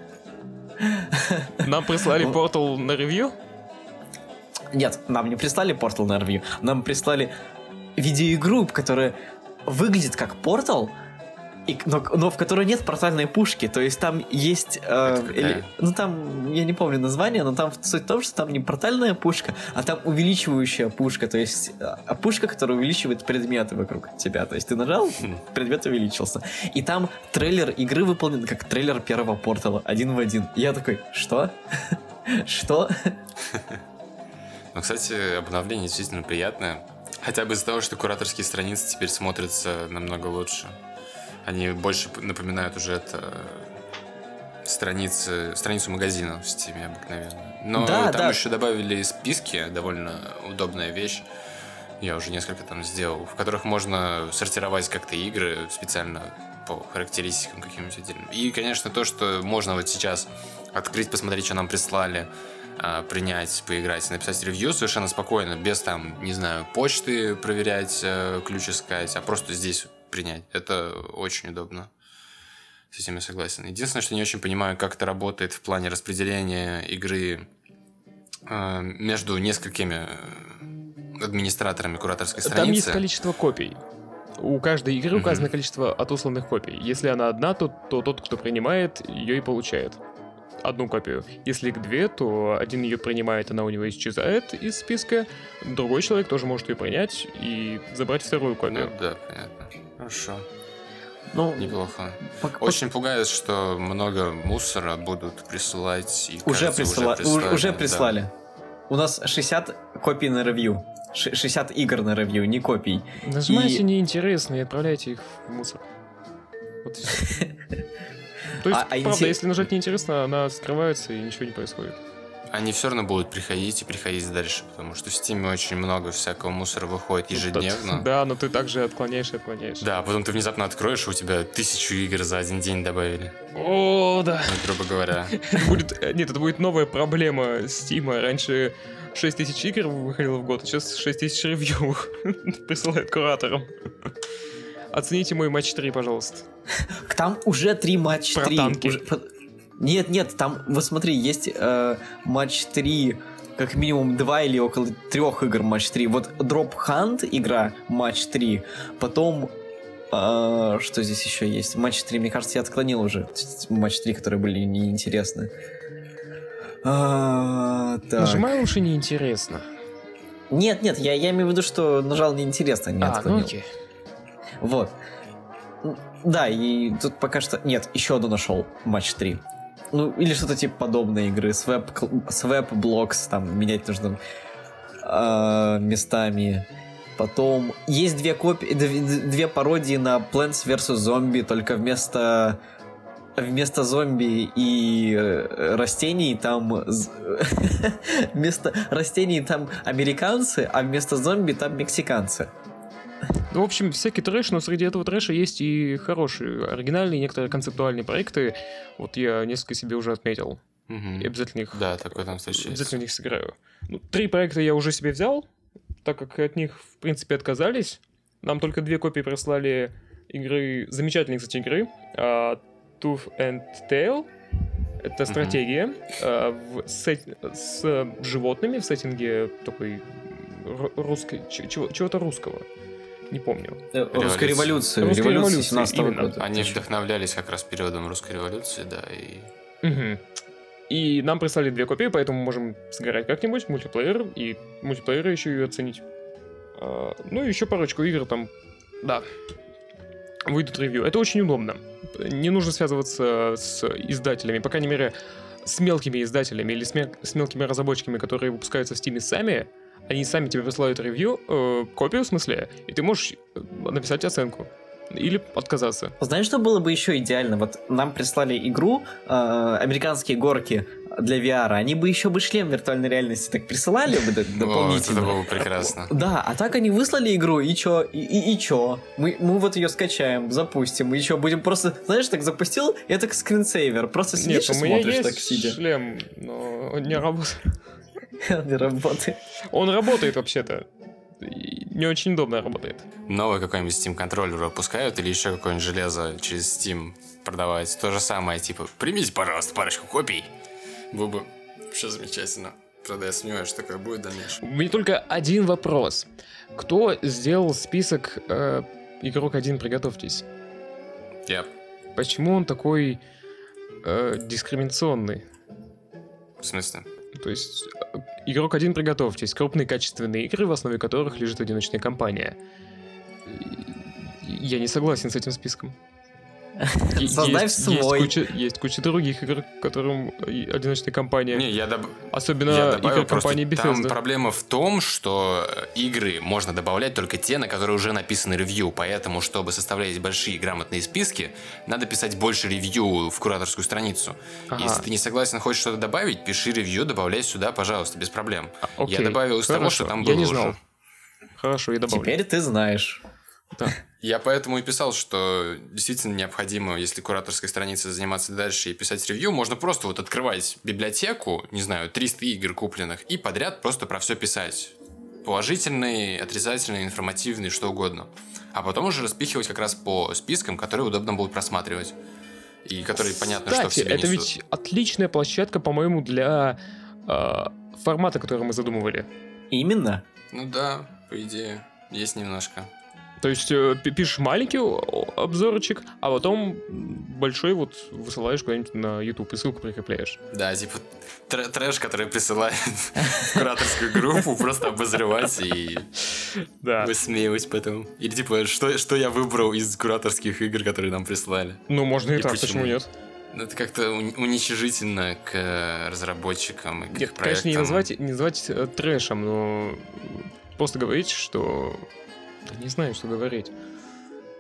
S1: Нам прислали
S3: Ну,
S1: портал на ревью?
S3: Нет, нам не прислали Portal на ревью. Нам прислали видеоигру, которая выглядит как Portal, и, но, но в которой нет портальной пушки. То есть там есть... э,
S2: Это какая?
S3: или- ну там, я не помню название, но там суть в том, что там не портальная пушка, а там увеличивающая пушка. То есть э, пушка, которая увеличивает предметы вокруг тебя. То есть ты нажал,
S2: Хм.
S3: предмет увеличился. И там трейлер игры выполнен как трейлер первого Портала, один в один. И я такой, что? Что?
S2: Ну, кстати, обновление действительно приятное. Хотя бы из-за того, что кураторские страницы теперь смотрятся намного лучше. Они больше напоминают уже это страницы, страницу магазина в Steam обыкновенно. Но
S3: Да,
S2: там
S3: да.
S2: еще добавили списки, довольно удобная вещь. Я уже несколько там сделал, в которых можно сортировать как-то игры специально по характеристикам каким-нибудь отдельным. И, конечно, то, что можно вот сейчас открыть, посмотреть, что нам прислали, а, принять, поиграть, написать ревью совершенно спокойно, без там, не знаю, почты проверять, э, ключ искать, а просто здесь принять. Это очень удобно. С этим я согласен. Единственное, что не очень понимаю, как это работает в плане распределения игры э, между несколькими администраторами кураторской страницы.
S1: Там есть количество копий. У каждой игры
S2: Мгм.
S1: указано количество отосланных копий. Если она одна, то, то тот, кто принимает, ее и получает. Одну копию. Если их две, то один ее принимает, она у него исчезает из списка. Другой человек тоже может ее принять и забрать вторую
S2: Ну
S1: копию.
S2: да, понятно. Хорошо.
S3: Ну,
S2: Неплохо.
S3: пок-
S2: Очень пугает, что много мусора будут присылать. И,
S3: Уже,
S2: кажется,
S3: присыла-
S2: уже
S3: уже, уже
S2: да.
S3: прислали. У нас шестьдесят копий на ревью. Ш- шестьдесят игр на ревью, не копий.
S1: Нажимайте
S3: И-
S1: неинтересно и отправляйте их в мусор. Вот и всё. То есть,
S3: А- а
S1: правда,
S3: инте-
S1: если нажать неинтересно, она скрывается и ничего не происходит.
S2: Они все равно будут приходить и приходить дальше, потому что в Steam очень много всякого мусора выходит ежедневно.
S1: Да, но ты также отклоняешь и отклоняешь.
S2: Да, а потом ты внезапно откроешь, и у тебя тысячу игр за один день добавили.
S1: О, да.
S2: Ну, грубо говоря.
S1: Будет, э, нет, это будет новая проблема Стима. Раньше шесть тысяч игр выходило в год, а сейчас шесть тысяч ревью присылают кураторам. Оцените мой матч три, пожалуйста.
S3: Там уже три матч
S1: Про
S3: три.
S1: танки.
S3: Уже- по- Нет, нет, там, вот смотри, есть э, матч три, как минимум два или около трех игр матч три. Вот Drop Hunt игра матч три, потом э, что здесь еще есть? Матч три, мне кажется, я отклонил уже матч три, которые были неинтересны. А, так.
S1: Нажимай лучше неинтересно.
S3: Нет, нет, я, я имею в виду, что нажал неинтересно, не
S1: А, ну
S3: отклонил.
S1: окей.
S3: Вот. Да, и тут пока что... Нет, еще одну нашел, матч три. Ну, или что-то типа подобной игры. Swap, swap blocks, там, менять нужно э, местами. Потом есть две копии, две, две пародии на Plants версус. Zombie, только вместо... Вместо зомби и э, растений там... з- Вместо растений там американцы, а вместо зомби там мексиканцы.
S1: Ну, в общем, всякий трэш, но среди этого трэша есть и хорошие, оригинальные, некоторые концептуальные проекты. Вот я несколько себе уже отметил.
S2: Мгм.
S1: И обязательно их,
S2: Да, такое там встречается.
S1: обязательно в них сыграю. Ну, три проекта я уже себе взял, так как от них, в принципе, отказались. Нам только две копии прислали игры, замечательные, кстати, игры. а, Tooth and Tail. Это стратегия а, в сет- с животными в сеттинге такой ру- русской, ч- чего- чего-то русского. Не помню.
S3: Э, Русская революция.
S1: Русская
S3: Революция
S1: революция,
S3: семнадцатого
S1: именно.
S3: года.
S2: Они вдохновлялись как раз периодом русской революции, да, и...
S1: Мгм. И нам прислали две копии, поэтому можем сыграть как-нибудь мультиплеер и мультиплееры еще и оценить. А, ну и еще парочку игр там, да, выйдут ревью. Это очень удобно. Не нужно связываться с издателями, по крайней мере, с мелкими издателями или с, мел- с мелкими разработчиками, которые выпускаются в Steam сами. Они сами тебе присылают ревью, э, копию в смысле, и ты можешь э, написать оценку. Или отказаться.
S3: Знаешь, что было бы еще идеально? Вот нам прислали игру э, «Американские горки» для ви ар. Они бы еще бы шлем виртуальной реальности так присылали бы д-
S2: Вот, это
S3: дополнительно.
S2: было бы прекрасно.
S3: Да, а так они выслали игру, и чё? И, и, и чё? Мы, мы вот ее скачаем, запустим, и чё? Будем просто, знаешь, так запустил, это как скринсейвер. Просто
S1: Нет,
S3: сидишь
S1: у
S3: и
S1: меня
S3: смотришь
S1: есть
S3: так сидя.
S1: шлем, но он не работает.
S3: Не работает.
S1: Он работает вообще-то. И не очень удобно работает.
S2: Новый какой-нибудь Steam контроллер выпускают или еще какое-нибудь железо через Steam продавать. То же самое, типа, примите, пожалуйста, парочку копий. Было бы вообще замечательно. Правда, я сомневаюсь, что такое будет в дальнейшем.
S1: У меня только один вопрос. Кто сделал список э, игрок один, приготовьтесь?
S2: Я...
S1: Почему он такой э, дискриминационный?
S2: В смысле?
S1: То есть, э, игрок один, приготовьтесь. Крупные качественные игры, в основе которых лежит одиночная кампания. И я не согласен с этим списком. Е-
S3: Создай
S1: есть,
S3: свой.
S1: Есть куча, есть куча других игр, которым и одиночная кампания.
S2: Не, я, доб...
S1: Особенно
S2: я
S1: игры
S2: добавил, просто
S1: компании
S2: там
S1: Bethesda.
S2: проблема в том, что игры можно добавлять только те, на которые уже написаны ревью. Поэтому, чтобы составлять большие грамотные списки, надо писать больше ревью в кураторскую страницу.
S1: Ага.
S2: Если ты не согласен, хочешь что-то добавить, пиши ревью, добавляй сюда, пожалуйста, без проблем.
S1: Окей,
S2: Я добавил из того,
S1: хорошо,
S2: что там
S1: я
S2: было
S1: не
S2: уже.
S1: знал. Хорошо, я добавлю.
S3: Теперь ты знаешь.
S1: Да.
S2: Я поэтому и писал, что действительно необходимо, если кураторской страницей заниматься дальше и писать ревью, можно просто вот открывать библиотеку, не знаю, триста игр купленных, и подряд просто про все писать. Положительные, отрицательные, информативные, что угодно. А потом уже распихивать как раз по спискам, которые удобно будет просматривать. И которые понятно, что в
S1: Кстати,
S2: себе
S1: это
S2: несут.
S1: ведь отличная площадка, по-моему, для э, формата, который мы задумывали.
S3: Именно.
S2: Ну да, по идее, есть немножко.
S1: То есть э, пи- пишешь маленький о- обзорчик, а потом большой вот высылаешь куда-нибудь на YouTube и ссылку прикрепляешь.
S2: Да, типа тр- трэш, который присылает в кураторскую группу, просто обозревать и
S1: Да.
S2: высмеивать потом. Или типа, что, что я выбрал из кураторских игр, которые нам прислали.
S1: Ну, можно и,
S2: И
S1: так,
S2: почему?
S1: почему нет?
S2: Ну, это как-то уни- уничижительно к э, разработчикам и к
S1: Нет,
S2: их
S1: конечно, не
S2: проектам.
S1: назвать, не назвать э, трэшем, но просто говорить, что... Да не знаю, что говорить.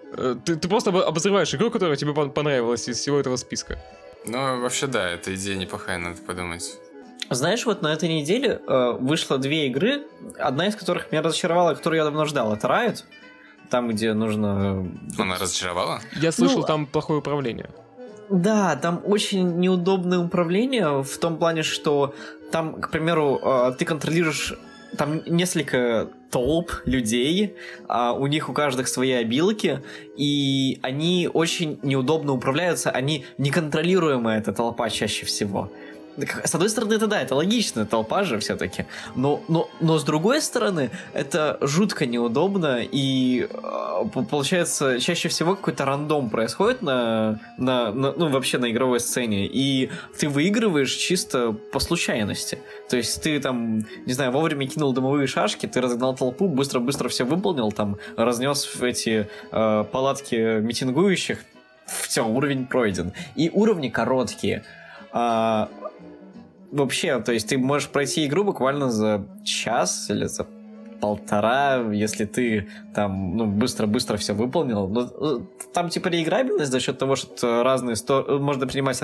S1: Ты, ты просто обозреваешь игру, которая тебе понравилась из всего этого списка.
S2: Ну, вообще, да, эта идея неплохая, надо подумать.
S3: Знаешь, вот на этой неделе э, вышло две игры, одна из которых меня разочаровала, которую я давно ждал. Это Riot, там, где нужно...
S2: Она разочаровала?
S1: Я слышал,
S3: ну,
S1: там плохое управление.
S3: Да, там очень неудобное управление в том плане, что там, к примеру, э, ты контролируешь там несколько толп людей, а у них у каждых свои обилки, и они очень неудобно управляются, они неконтролируемая эта толпа чаще всего. С одной стороны, это да, это логично, толпа же все-таки, но, но, но с другой стороны, это жутко неудобно, и э, получается, чаще всего какой-то рандом происходит на, на, на, ну, вообще на игровой сцене, и ты выигрываешь чисто по случайности. То есть ты там, не знаю, вовремя кинул дымовые шашки, ты разогнал толпу, быстро-быстро все выполнил, там, разнес эти э, палатки митингующих, все, уровень пройден. И уровни короткие. А, вообще, то есть ты можешь пройти игру буквально за час или за полтора, если ты там, ну, быстро-быстро все выполнил. Но там типа реиграбельность за счет того, что разные стороны, можно принимать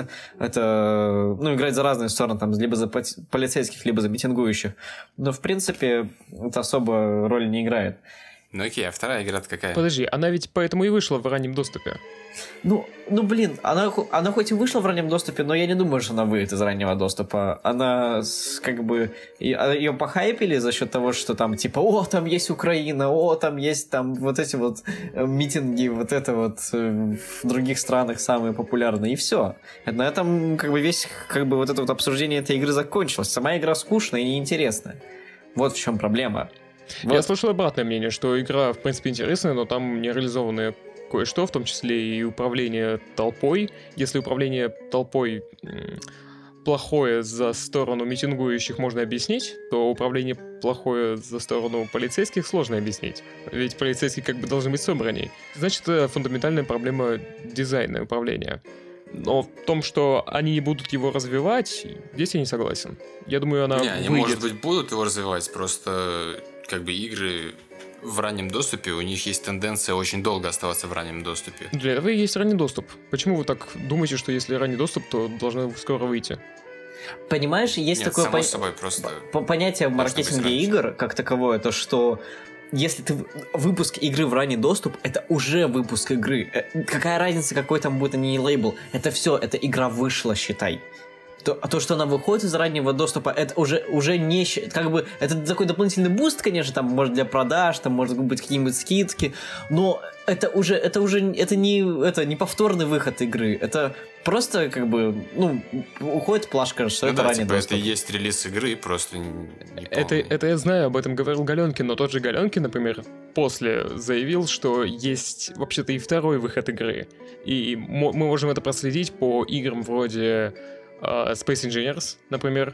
S3: это, ну, играть за разные стороны, там, либо за полицейских, либо за митингующих. Но, в принципе, это особо роль не играет.
S2: Ну окей, а вторая игра-то какая?
S1: Подожди, она ведь поэтому и вышла в раннем доступе.
S3: Ну, ну блин, она, она хоть и вышла в раннем доступе, но я не думаю, что она выйдет из раннего доступа. Она как бы... Ее похайпили за счет того, что там типа, о, там есть Украина, о, там есть там вот эти вот митинги, вот это вот в других странах самые популярные, и все. На этом как бы весь как бы вот это вот обсуждение этой игры закончилось. Сама игра скучная и неинтересная. Вот в чем проблема. Вот.
S1: Я слышал обратное мнение, что игра, в принципе, интересная, но там не реализованное кое-что, в том числе и управление толпой. Если управление толпой м- плохое за сторону митингующих можно объяснить, то управление плохое за сторону полицейских сложно объяснить. Ведь полицейские как бы должны быть собранней. Значит, это фундаментальная проблема дизайна управления. Но в том, что они не будут его развивать, здесь я не согласен. Я думаю, она
S2: Не, они,
S1: выйдет.
S2: может быть, будут его развивать, просто как бы игры в раннем доступе, у них есть тенденция очень долго оставаться в раннем доступе.
S1: Для этого и есть ранний доступ. Почему вы так думаете, что если ранний доступ, то должны скоро выйти?
S3: Понимаешь, есть
S2: Нет,
S3: такое
S2: само
S3: пон...
S2: собой, просто
S3: понятие в маркетинге игр как таковое, то что если ты выпуск игры в ранний доступ, это уже выпуск игры. Какая разница, какой там будет, а не лейбл? Это все, эта игра вышла, считай. То, а то, что она выходит из раннего доступа, это уже, уже не... Как бы, это такой дополнительный буст, конечно, там, может, для продаж, там, может быть, какие-нибудь скидки, но это уже, это уже, это не, это не повторный выход игры, это просто, как бы, ну, уходит плашка, что
S2: ну
S3: это
S2: да,
S3: ранний
S2: типа
S3: доступ.
S2: это и есть релиз игры, просто не, не
S1: это, это я знаю, об этом говорил Галенкин, но тот же Галенкин, например, после заявил, что есть вообще-то и второй выход игры, и мы можем это проследить по играм вроде uh, Space Engineers, например,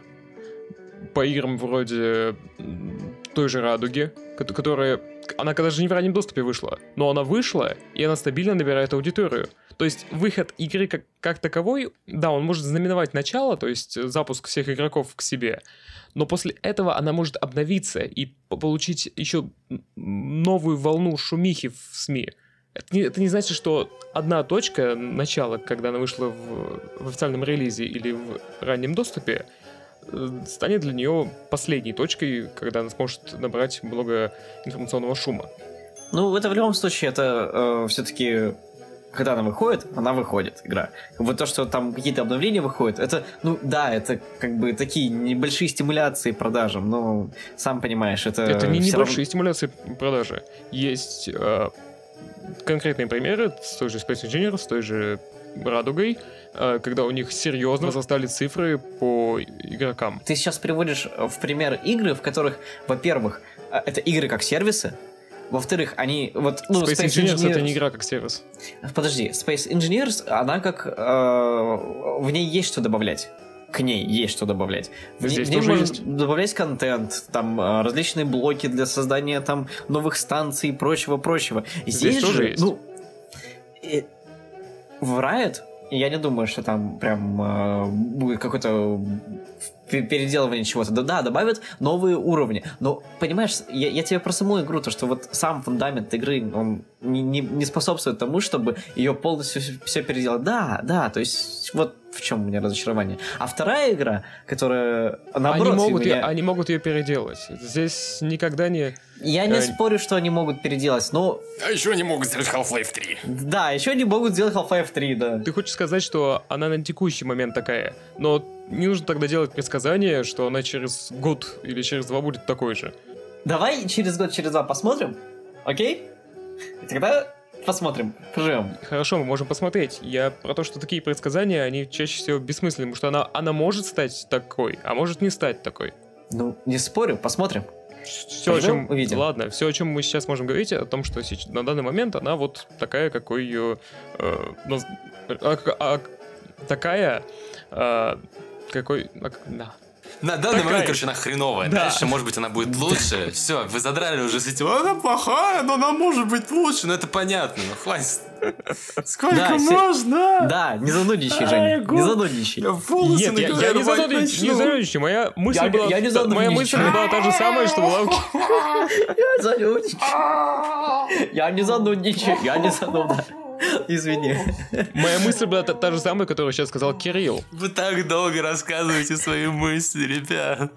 S1: по играм вроде той же Радуги, которая, она когда же не в раннем доступе вышла, но она вышла, и она стабильно набирает аудиторию. То есть выход игры как, как таковой, да, он может знаменовать начало, то есть запуск всех игроков к себе, но после этого она может обновиться и получить еще новую волну шумихи в СМИ. Это не, это не значит, что одна точка начала, когда она вышла в, в официальном релизе или в раннем доступе, станет для нее последней точкой, когда она сможет набрать много информационного шума.
S3: Ну, это в любом случае, это э, все-таки, когда она выходит, она выходит, игра. Вот то, что там какие-то обновления выходят, это, ну, да, это как бы такие небольшие стимуляции продажам, но, сам понимаешь, это...
S1: Это не небольшие
S3: равно...
S1: стимуляции продажи. Есть э, конкретные примеры с той же Space Engineers, с той же Радугой, когда у них серьезно возрастали цифры по игрокам.
S3: Ты сейчас приводишь в пример игры, в которых, во-первых, это игры как сервисы, во-вторых, они... Вот, ну,
S1: Space, Space Engineers, Engineers это не игра как сервис.
S3: Подожди, Space Engineers, она как... Э, в ней есть что добавлять. К ней есть что добавлять. В,
S1: Здесь
S3: в ней
S1: тоже
S3: можно
S1: есть.
S3: добавлять контент, там различные блоки для создания там новых станций и прочего-прочего.
S1: Здесь, Здесь тоже
S3: же,
S1: есть.
S3: Ну, и, в Riot я не думаю, что там прям э, будет какое-то переделывание чего-то. Да, да, добавят новые уровни. Но, понимаешь, я, я тебе про саму игру, то, что вот сам фундамент игры, он не, не, не способствует тому, чтобы ее полностью все переделать. Да, да, то есть вот в чем у меня разочарование. А вторая игра, которая, наоборот...
S1: Они могут,
S3: меня...
S1: ее, они могут ее переделать. Здесь никогда не...
S3: Я не спорю, что они могут переделать, но...
S2: А еще они могут сделать Half-Life три.
S3: Да, еще они могут сделать Half-Life три, да.
S1: Ты хочешь сказать, что она на текущий момент такая, но не нужно тогда делать предсказание, что она через год или через два будет такой же.
S3: Давай через год, через два посмотрим, окей? И тогда посмотрим, поживем.
S1: Хорошо, мы можем посмотреть. Я про то, что такие предсказания, они чаще всего бессмысленны, потому что она, она может стать такой, а может не стать такой.
S3: Ну, не спорю, посмотрим.
S1: Все, о чем, увидим. Ладно, все, о чем мы сейчас можем говорить, о том, что сейчас, на данный момент она вот такая, какой ее... Э, а, а, такая, э, какой... А, да.
S2: На данный такая. момент, короче, она хреновая. Да. Дальше, может быть, она будет лучше. Все, вы задрали уже с этим. Она плохая, но она может быть лучше. Ну, это понятно. Ну, хватит. Сколько да, можно?
S3: Да, не занудничай, Женя. Не занудничай.
S1: Нет, я, я не занудничай. Не занудничай. Моя мысль, я, была, я не та, моя мысль была та же самая, что была...
S3: Я занудничаю. Я не занудничаю. Я не занудничаю. Извини.
S1: Моя мысль была та, та же самая, которую сейчас сказал Кирилл.
S2: Вы так долго рассказываете свои мысли, ребят.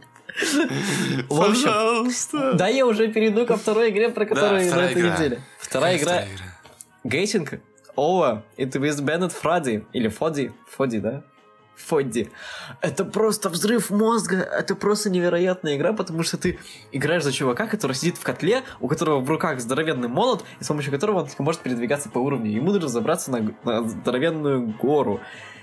S3: В общем, пожалуйста. Да, я уже перейду ко второй игре, про которую да, на этой неделе. Вторая игра. игра. Getting Over It With Bennett Foddy. Или Фодди. Фодди, да? Фодди. Это просто взрыв мозга. Это просто невероятная игра, потому что ты играешь за чувака, который сидит в котле, у которого в руках здоровенный молот, и с помощью которого он может передвигаться по уровню. Ему нужно забраться на, на здоровенную гору.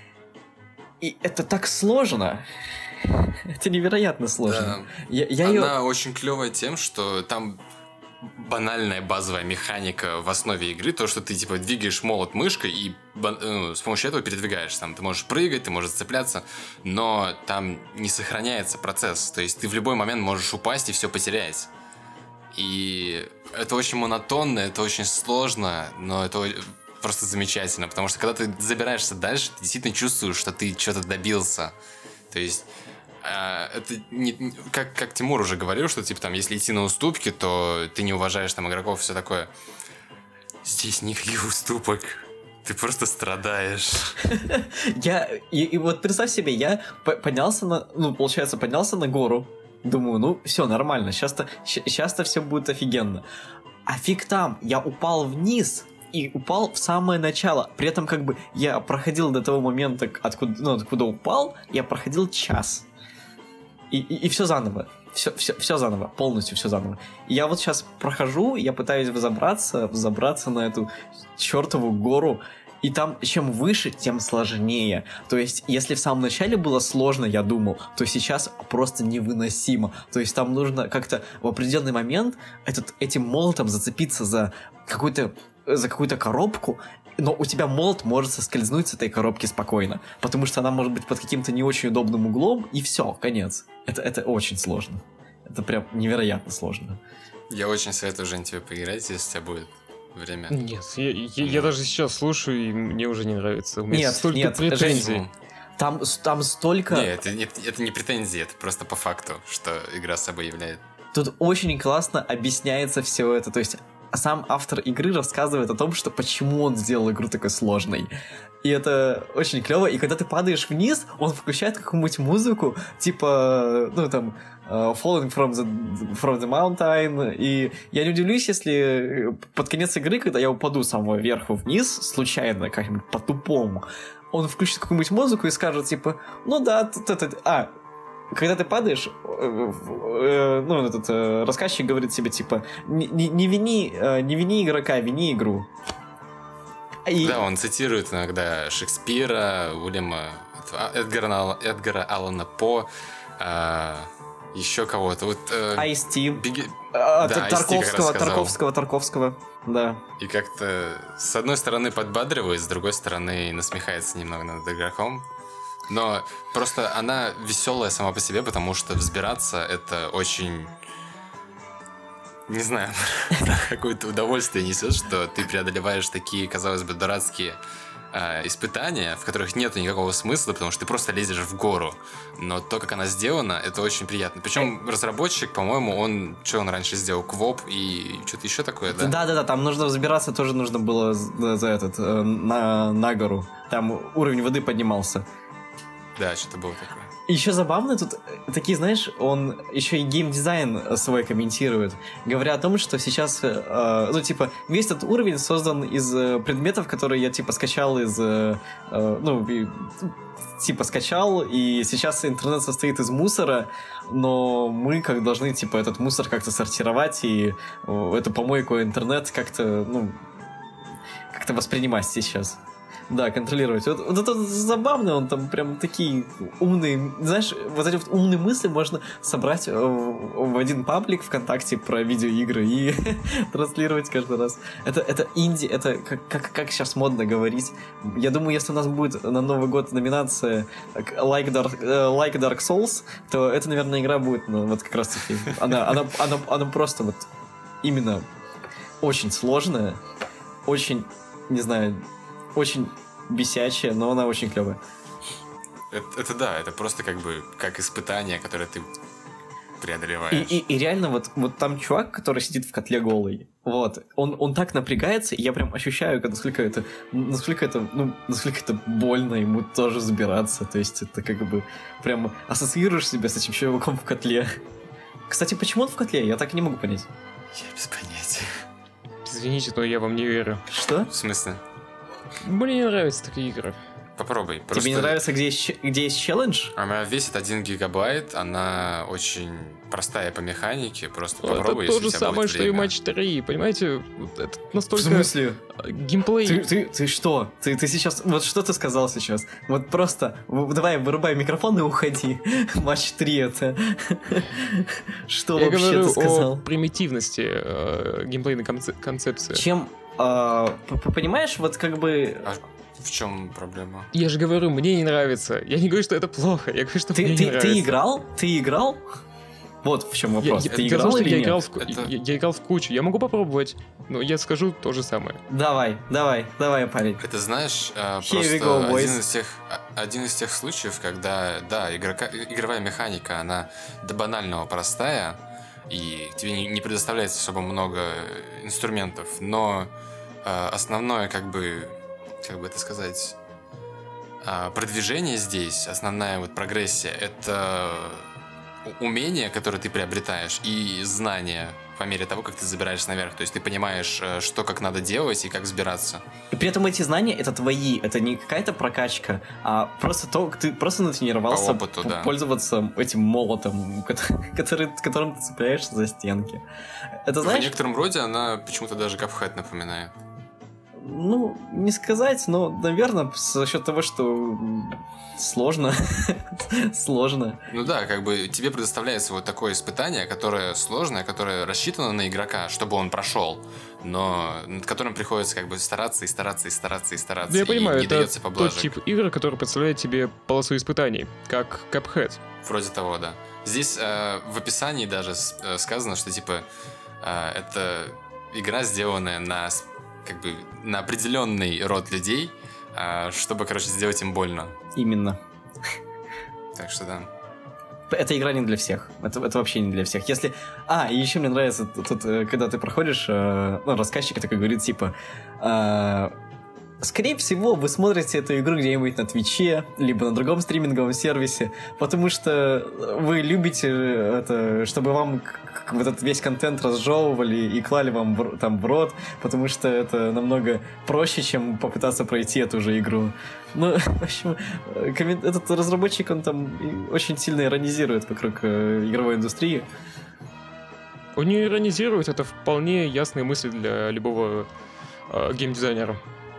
S3: И это так сложно. Это невероятно сложно.
S2: Да.
S3: Я, я
S2: Она
S3: ее...
S2: очень клевая тем, что там банальная базовая механика в основе игры, то, что ты типа двигаешь молот мышкой и ну, с помощью этого передвигаешься. Там ты можешь прыгать, ты можешь зацепляться, но там не сохраняется процесс. То есть ты в любой момент можешь упасть и все потерять. И это очень монотонно, это очень сложно, но это просто замечательно, потому что когда ты забираешься дальше, ты действительно чувствуешь, что ты что-то добился. То есть это не, как, как Тимур уже говорил, что типа там, если идти на уступки, то ты не уважаешь там игроков и все такое. Здесь никаких уступок. Ты просто страдаешь.
S3: Я и, и вот представь себе, я поднялся на, ну получается поднялся на гору, думаю, ну все нормально, сейчас-то сейчас-то все будет офигенно. А фиг там, я упал вниз. И упал в самое начало. При этом как бы я проходил до того момента, откуда, ну, откуда упал, я проходил час. И, и, и все заново. Все, все, все заново. Полностью все заново. И я вот сейчас прохожу, я пытаюсь взобраться, взобраться на эту чертову гору. И там чем выше, тем сложнее. То есть, если в самом начале было сложно, я думал, то сейчас просто невыносимо. То есть, там нужно как-то в определенный момент этот, этим молотом зацепиться за какой-то за какую-то коробку, но у тебя молот может соскользнуть с этой коробки спокойно, потому что она может быть под каким-то не очень удобным углом, и все, конец. Это, это очень сложно. Это прям невероятно сложно.
S2: Я очень советую, Жень, тебе поиграть, если у тебя будет время.
S1: Нет, я, я, я даже сейчас слушаю, и мне уже не нравится. У меня
S3: нет,
S1: столько
S3: нет,
S1: претензий.
S3: Жень, там, там столько...
S2: Нет, это, это, это не претензии, это просто по факту, что игра собой является.
S3: Тут очень классно объясняется все это, то есть сам автор игры рассказывает о том, что почему он сделал игру такой сложной. И это очень клево. И когда ты падаешь вниз, он включает какую-нибудь музыку, типа, ну там, uh, Falling from the, from the Mountain. И я не удивлюсь, если под конец игры, когда я упаду с самого верху вниз, случайно, как-нибудь по-тупому, он включит какую-нибудь музыку и скажет, типа, ну да, т-т-т... а, когда ты падаешь, ну, этот рассказчик говорит себе, типа, не, не, вини, не вини игрока, вини игру.
S2: И... Да, он цитирует иногда Шекспира, Уильяма, Эдгара, Эдгара Аллана По, а, еще кого-то. Вот,
S3: Ice-T.
S2: Беги...
S3: А, да, Тарковского, Тарковского, Тарковского, да.
S2: И как-то с одной стороны подбадривает, с другой стороны насмехается немного над игроком. Но просто она веселая сама по себе, потому что взбираться это очень... Не знаю, какое-то удовольствие несет, что ты преодолеваешь такие, казалось бы, дурацкие э, испытания, в которых нет никакого смысла, потому что ты просто лезешь в гору. Но то, как она сделана, это очень приятно. Причем разработчик, по-моему, он... Что он раньше сделал? Квоп и что-то еще такое, да?
S3: Да-да-да, там нужно взбираться, тоже нужно было за, за этот, э, на, на гору. Там уровень воды поднимался.
S2: Да, что-то было такое.
S3: Еще забавно тут такие, знаешь, он еще и геймдизайн свой комментирует, говоря о том, что сейчас, э, ну, типа, весь этот уровень создан из э, предметов, которые я, типа, скачал из, э, э, ну, и, типа, скачал, и сейчас интернет состоит из мусора, но мы как должны, типа, этот мусор как-то сортировать и э, эту помойку интернет как-то, ну, как-то воспринимать сейчас. Да, контролировать. Вот, вот это забавно, он там прям такие умные... Знаешь, вот эти вот умные мысли можно собрать в, в один паблик ВКонтакте про видеоигры и транслировать каждый раз. Это, это инди, это как, как, как сейчас модно говорить. Я думаю, если у нас будет на Новый год номинация Like Dark, like Dark Souls, то это, наверное, игра будет, ну, вот как раз-таки... Она, она, она, она просто вот именно очень сложная, очень, не знаю... очень бесячая, но она очень клевая.
S2: Это, это да, это просто как бы как испытание, которое ты преодолеваешь.
S3: И, и, и реально вот, вот там чувак, который сидит в котле голый, вот, он, он так напрягается, и я прям ощущаю, насколько это, насколько это, ну, насколько это больно ему тоже забираться, то есть это как бы прям ассоциируешь себя с этим чуваком в котле. Кстати, почему он в котле? Я так и не могу понять.
S2: Я без понятия.
S1: Извините, но я вам не верю.
S3: Что?
S2: В смысле?
S1: Мне не нравятся такие игры.
S2: Попробуй.
S3: Тебе
S2: Просто...
S3: не нравится, где есть, где есть челлендж?
S2: Она весит один гигабайт, она очень простая по механике, просто
S1: Это
S2: попробуй,
S1: то
S2: если
S1: же
S2: у тебя
S1: самое,
S2: будет
S1: что и
S2: время.
S1: матч три, понимаете? Вот это настолько...
S3: В смысле?
S1: Геймплей...
S3: Ты, ты, ты что? Ты, ты сейчас... Вот что ты сказал сейчас? Вот просто... в- Давай, вырубай микрофон и уходи. Матч три это... Что
S1: Я
S3: вообще
S1: говорю
S3: ты сказал?
S1: о примитивности э, геймплейной конце- концепции.
S3: Чем... а, п- п- понимаешь, вот как бы...
S2: А в чем проблема?
S1: Я же говорю, мне не нравится. Я не говорю, что это плохо. Я говорю, что
S3: Ты,
S1: мне
S3: ты,
S1: не нравится.
S3: ты играл? Ты играл? Вот в чем вопрос.
S1: Я,
S3: ты
S1: я,
S3: играл
S1: дело в том,
S3: или
S1: что я
S3: нет?
S1: играл, в, ку-
S2: Это-
S1: я, я играл в кучу. Я могу попробовать, но я скажу то же самое.
S3: Давай, давай, давай, парень.
S2: Это, знаешь, э,
S3: Here
S2: просто
S3: we go, boys.
S2: один из тех, а- один из тех случаев, когда, да, игрока, игровая механика, она до банального простая, и тебе не, не предоставляется особо много инструментов, но э, основное, как бы, как бы это сказать, э, продвижение здесь, основная вот прогрессия, это у- умение, которое ты приобретаешь, и знания по мере того, как ты забираешься наверх. То есть ты понимаешь, э, что как надо делать и как взбираться.
S3: И при этом эти знания это твои, это не какая-то прокачка, а просто то, ты просто натренировался
S2: По опыту,
S3: п-
S2: да.
S3: пользоваться этим молотом, который, которым ты цепляешься за стенки. Это
S2: В
S3: знаешь,
S2: некотором роде она почему-то даже Cuphead напоминает.
S3: ну, не сказать, но, наверное, за счет того, что м, сложно, сложно.
S2: Ну да, как бы тебе предоставляется вот такое испытание, которое сложное, которое рассчитано на игрока, чтобы он прошел, но над которым приходится как бы стараться и стараться и стараться и стараться.
S1: Да, я
S2: и
S1: понимаю,
S2: не
S1: это
S2: дается
S1: тот
S2: поблажек.
S1: тип игр, который представляет тебе полосу испытаний, как Cuphead.
S2: Вроде того, да. Здесь э, в описании даже с- э, сказано, что типа э, это игра, сделанная на с- как бы на определенный род людей, э, чтобы, короче, сделать им больно.
S3: Именно.
S2: Так что да.
S3: Эта игра не для всех. Это, это вообще не для всех. Если... А, и еще мне нравится тут, э, когда ты проходишь, э, ну, рассказчик такой говорит, типа, э, скорее всего, вы смотрите эту игру где-нибудь на Твиче, либо на другом стриминговом сервисе, потому что вы любите это, чтобы вам к- к- вот этот весь контент разжевывали и клали вам в р- там в рот, потому что это намного проще, чем попытаться пройти эту же игру. Ну, в общем, э, коммен- этот разработчик, он там и очень сильно иронизирует вокруг э, игровой индустрии.
S1: Он не иронизирует, это вполне ясные мысли для любого э, геймдизайнера.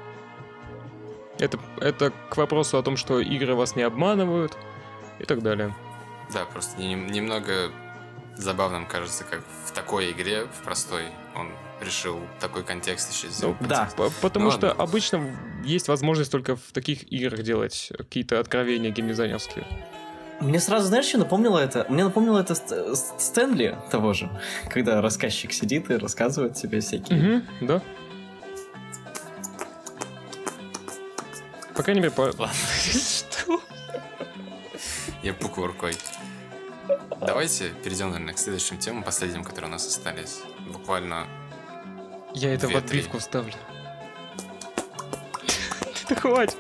S1: Это, это к вопросу о том, что игры вас не обманывают и так далее.
S2: Да, просто не- немного забавным кажется, как в такой игре, в простой, он решил такой контекст еще сделать.
S1: Ну,
S3: Да.
S1: П- Потому
S2: Ну,
S1: что
S2: ладно.
S1: обычно есть возможность только в таких играх делать какие-то откровения геймдизайнерские.
S3: Мне сразу, знаешь, что напомнило это? Мне напомнило это Ст- Ст- Стэнли того же, когда рассказчик сидит и рассказывает тебе всякие...
S1: Угу, да. По крайней мере, по...
S2: Ладно.
S1: Что?
S2: Я пукаю рукой. Давайте перейдем, наверное, к следующим темам, последним, которые у нас остались. Буквально...
S1: Я это в
S2: Две-три.
S1: отбивку вставлю. Да хватит.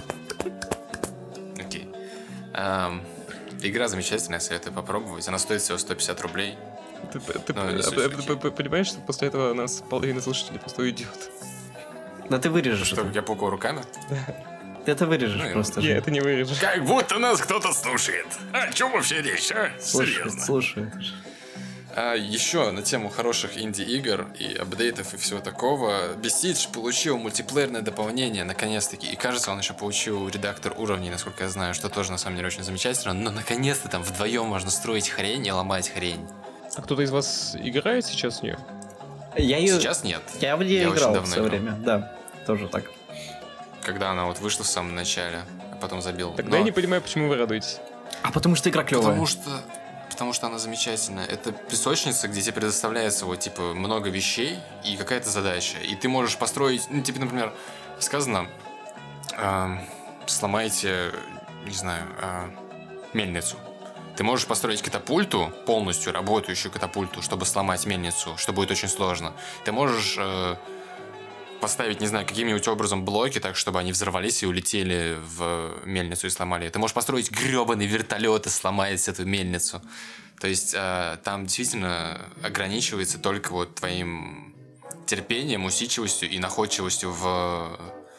S2: Окей. Ам, игра замечательная, советую попробовать. Она стоит всего сто пятьдесят рублей.
S1: Ты, ты-
S2: Ну, не
S1: а-
S2: суть,
S1: а-
S2: окей.
S1: п- понимаешь, что после этого нас половина слушателей просто уйдет?
S3: Да ты вырежешь
S2: Что,
S3: это.
S2: я пукаю руками?
S3: Ты это вырежешь
S2: Ну,
S3: просто
S1: Я
S3: же.
S1: это не вырежу.
S2: Как будто нас кто-то слушает. О чем вообще речь, а?
S3: Слушай,
S2: Серьезно.
S3: слушай. это же-
S2: А, еще на тему хороших инди-игр и апдейтов и всего такого. Besiege получил мультиплеерное дополнение, наконец-таки. И кажется, он еще получил редактор уровней, насколько я знаю, что тоже на самом деле очень замечательно. Но наконец-то там вдвоем можно строить хрень и ломать хрень.
S1: А кто-то из вас играет сейчас в нее?
S3: Я ее...
S2: Сейчас нет.
S3: Я в нее
S2: Я очень
S3: играл
S2: давно
S3: все
S2: играл.
S3: время. Да, тоже так.
S2: Когда она вот вышла в самом начале, а потом забил.
S1: Тогда
S2: Но-
S1: я не понимаю, почему вы радуетесь.
S3: А потому что игра клевая.
S2: Потому что... Потому что она замечательная. Это песочница, где тебе предоставляется вот, типа, много вещей и какая-то задача. И ты можешь построить... Ну, типа, например, сказано... эм, сломайте, не знаю, э, мельницу. Ты можешь построить катапульту, полностью работающую катапульту, чтобы сломать мельницу, что будет очень сложно. Ты можешь э, поставить, не знаю, каким-нибудь образом блоки, так, чтобы они взорвались и улетели в мельницу и сломали. Ты можешь построить гребаный вертолет и сломать эту мельницу. То есть э, там действительно ограничивается только вот твоим терпением, усидчивостью и находчивостью в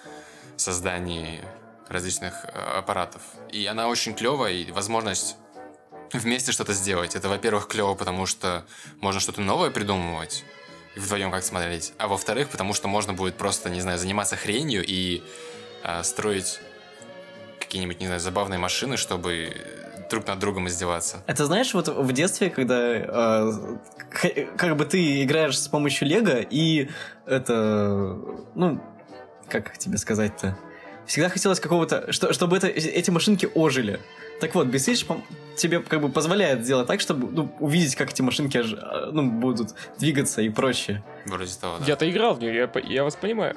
S2: создании различных э, аппаратов. И она очень клевая, и возможность вместе что-то сделать. Это, во-первых, клево, потому что можно что-то новое придумывать и вдвоем как смотреть. А во-вторых, потому что можно будет просто, не знаю, заниматься хренью и э, строить какие-нибудь, не знаю, забавные машины, чтобы друг над другом издеваться.
S3: Это знаешь, вот в детстве, когда э, х- как бы ты играешь с помощью Лего, и это, ну, как тебе сказать-то, всегда хотелось какого-то, что, чтобы это, эти машинки ожили. Так вот, Besiege пом- тебе как бы позволяет сделать так, чтобы ну, увидеть, как эти машинки ож- э, ну, будут двигаться и прочее.
S2: Вроде того, да.
S1: Я-то играл в нее, я, по- я вас понимаю.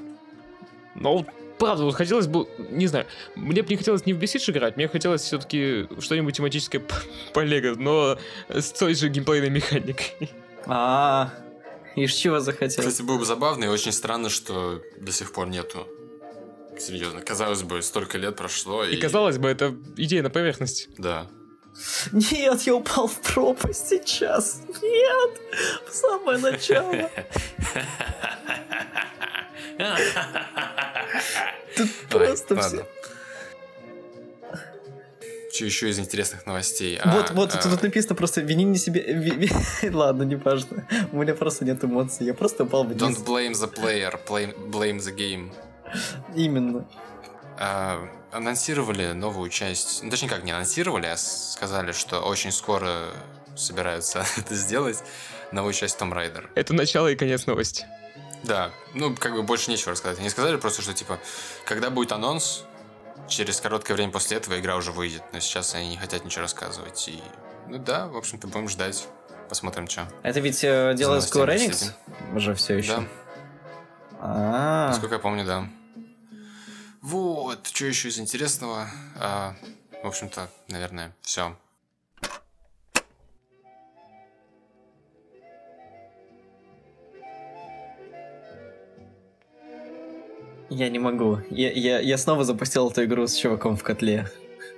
S1: Но вот, правда, вот хотелось бы, не знаю, мне бы не хотелось не в Besiege играть, мне хотелось все-таки что-нибудь тематическое по, по Лего, но с той же геймплейной механикой.
S3: А, из чего захотел?
S2: Кстати, было бы забавно и очень странно, что до сих пор нету. Серьезно. Казалось бы, столько лет прошло. И,
S1: И казалось бы, это идея на поверхности.
S2: Да.
S3: Нет, я упал в пропасть сейчас. Нет, в самое начало. Тут просто
S2: Ой,
S3: все.
S2: ладно. Что еще из интересных новостей?
S3: Вот,
S2: А,
S3: вот,
S2: а,
S3: тут написано просто вини не себе. ви- ви- Ладно, не важно. У меня просто нет эмоций. Я просто упал вниз.
S2: Don't blame the player, blame, blame the game.
S3: Именно.
S2: А, анонсировали новую часть. Ну, точнее, как не анонсировали, а с- сказали, что очень скоро собираются это сделать. Новую часть Tomb Raider.
S1: Это начало и конец новости.
S2: Да, ну, как бы больше нечего рассказать. Они сказали просто, что, типа, когда будет анонс, через короткое время после этого игра уже выйдет. Но сейчас они не хотят ничего рассказывать. И, ну да, в общем-то, будем ждать. Посмотрим, что.
S3: Это ведь э, делает
S2: За
S3: Square
S2: новостями
S3: Enix?
S2: следим.
S3: Уже все еще.
S2: Да,
S3: А,
S2: насколько я помню, да. Вот, что еще из интересного? А, в общем-то, наверное, все.
S3: я не могу. Я, я, я снова запустил эту игру с чуваком в котле.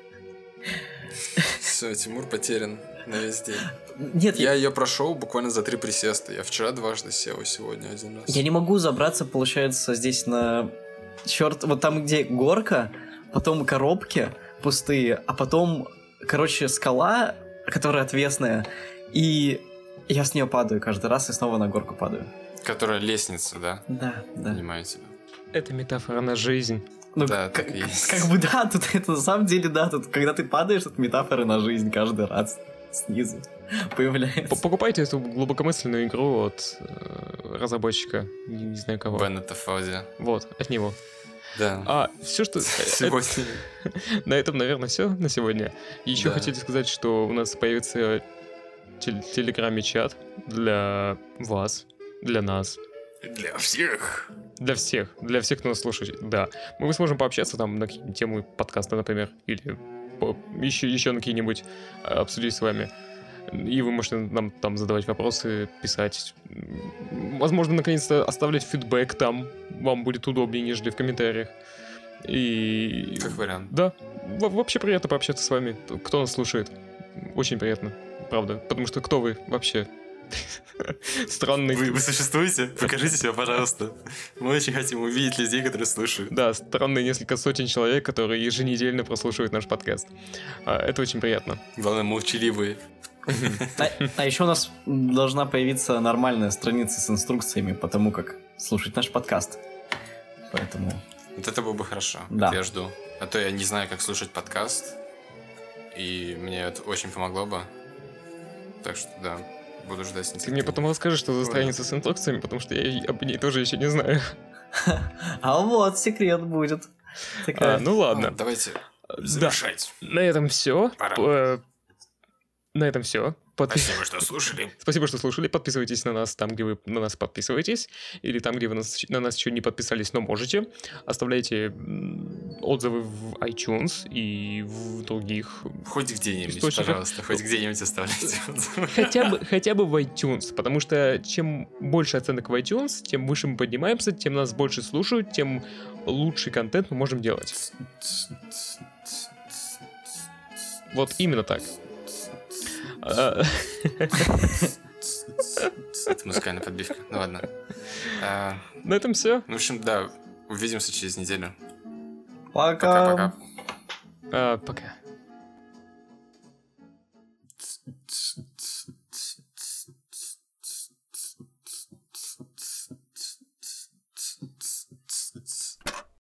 S2: Все, Тимур потерян на весь день.
S3: Нет,
S2: Я
S3: я,
S2: ее прошел буквально за три присеста. Я вчера дважды сел, и сегодня один раз.
S3: я не могу забраться, получается, здесь на... Черт, вот там, где горка, потом коробки пустые, а потом, короче, скала, которая отвесная, и я с нее падаю каждый раз и снова на горку падаю.
S2: Которая лестница, да?
S3: Да, да.
S2: Понимаю тебя.
S1: Это метафора на жизнь.
S3: Ну,
S2: Да,
S3: как,
S2: так и есть.
S3: как бы да, тут это на самом деле да, тут когда ты падаешь, это метафоры на жизнь каждый раз снизу появляется.
S1: П- Покупайте эту глубокомысленную игру от э, разработчика, не, не знаю кого.
S2: Беннета Фози.
S1: Вот, от него.
S2: Да.
S1: А все, что...
S2: Сегодня.
S1: На этом, наверное, все на сегодня. Еще
S2: Да.
S1: хотели сказать, что у нас появится тел- телеграме чат для вас, для нас.
S2: Для всех.
S1: Для всех, для всех, кто нас слушает, да. Мы сможем пообщаться там на какие-нибудь темы подкаста, например, или по- еще, еще на какие-нибудь э, обсудить с вами. И вы можете нам там задавать вопросы, писать. Возможно, наконец-то оставлять фидбэк там. Вам будет удобнее, нежели в комментариях. И...
S2: Как вариант.
S1: Да. Во- вообще приятно пообщаться с вами. Кто нас слушает. Очень приятно. Правда. Потому что кто вы вообще? Странный.
S2: Вы, вы существуете? Покажите себя, пожалуйста. Мы очень хотим увидеть людей, которые слушают.
S1: Да, странные несколько сотен человек, которые еженедельно прослушивают наш подкаст. А, Это очень приятно.
S2: Главное, молчаливые.
S3: А, а еще у нас должна появиться нормальная страница с инструкциями по тому, как слушать наш подкаст. Поэтому...
S2: Вот это было бы хорошо.
S3: Да.
S2: Это я жду. А то я не знаю, как слушать подкаст. И мне это очень помогло бы. Так что, да, буду ждать с
S1: Ты мне
S2: нетерпением.
S1: потом расскажешь, что за страница с инструкциями, потому что я об ней тоже еще не знаю.
S3: А вот секрет будет. Такая...
S1: А, ну ладно.
S2: Ну, давайте
S1: Да.
S2: завершать.
S1: На этом все.
S2: Пора.
S1: На этом все.
S2: Спасибо, что слушали.
S1: Спасибо, что слушали. Подписывайтесь на нас там, где вы на нас подписываетесь. Или там, где вы нас- на нас еще не подписались, но можете. Оставляйте м, отзывы в iTunes и в других.
S2: Хоть где-нибудь,
S1: Источников.
S2: пожалуйста, хоть где-нибудь оставляйте отзывы.
S1: Хотя бы, хотя бы в iTunes. Потому что чем больше оценок в iTunes, тем выше мы поднимаемся, тем нас больше слушают, тем лучший контент мы можем делать. Вот именно так. А,
S2: Это музыкальная подбивка. Ну ладно. А,
S1: На этом все.
S2: ну, в общем, да, увидимся через неделю.
S3: Пока.
S2: Пока-пока.
S1: Пока.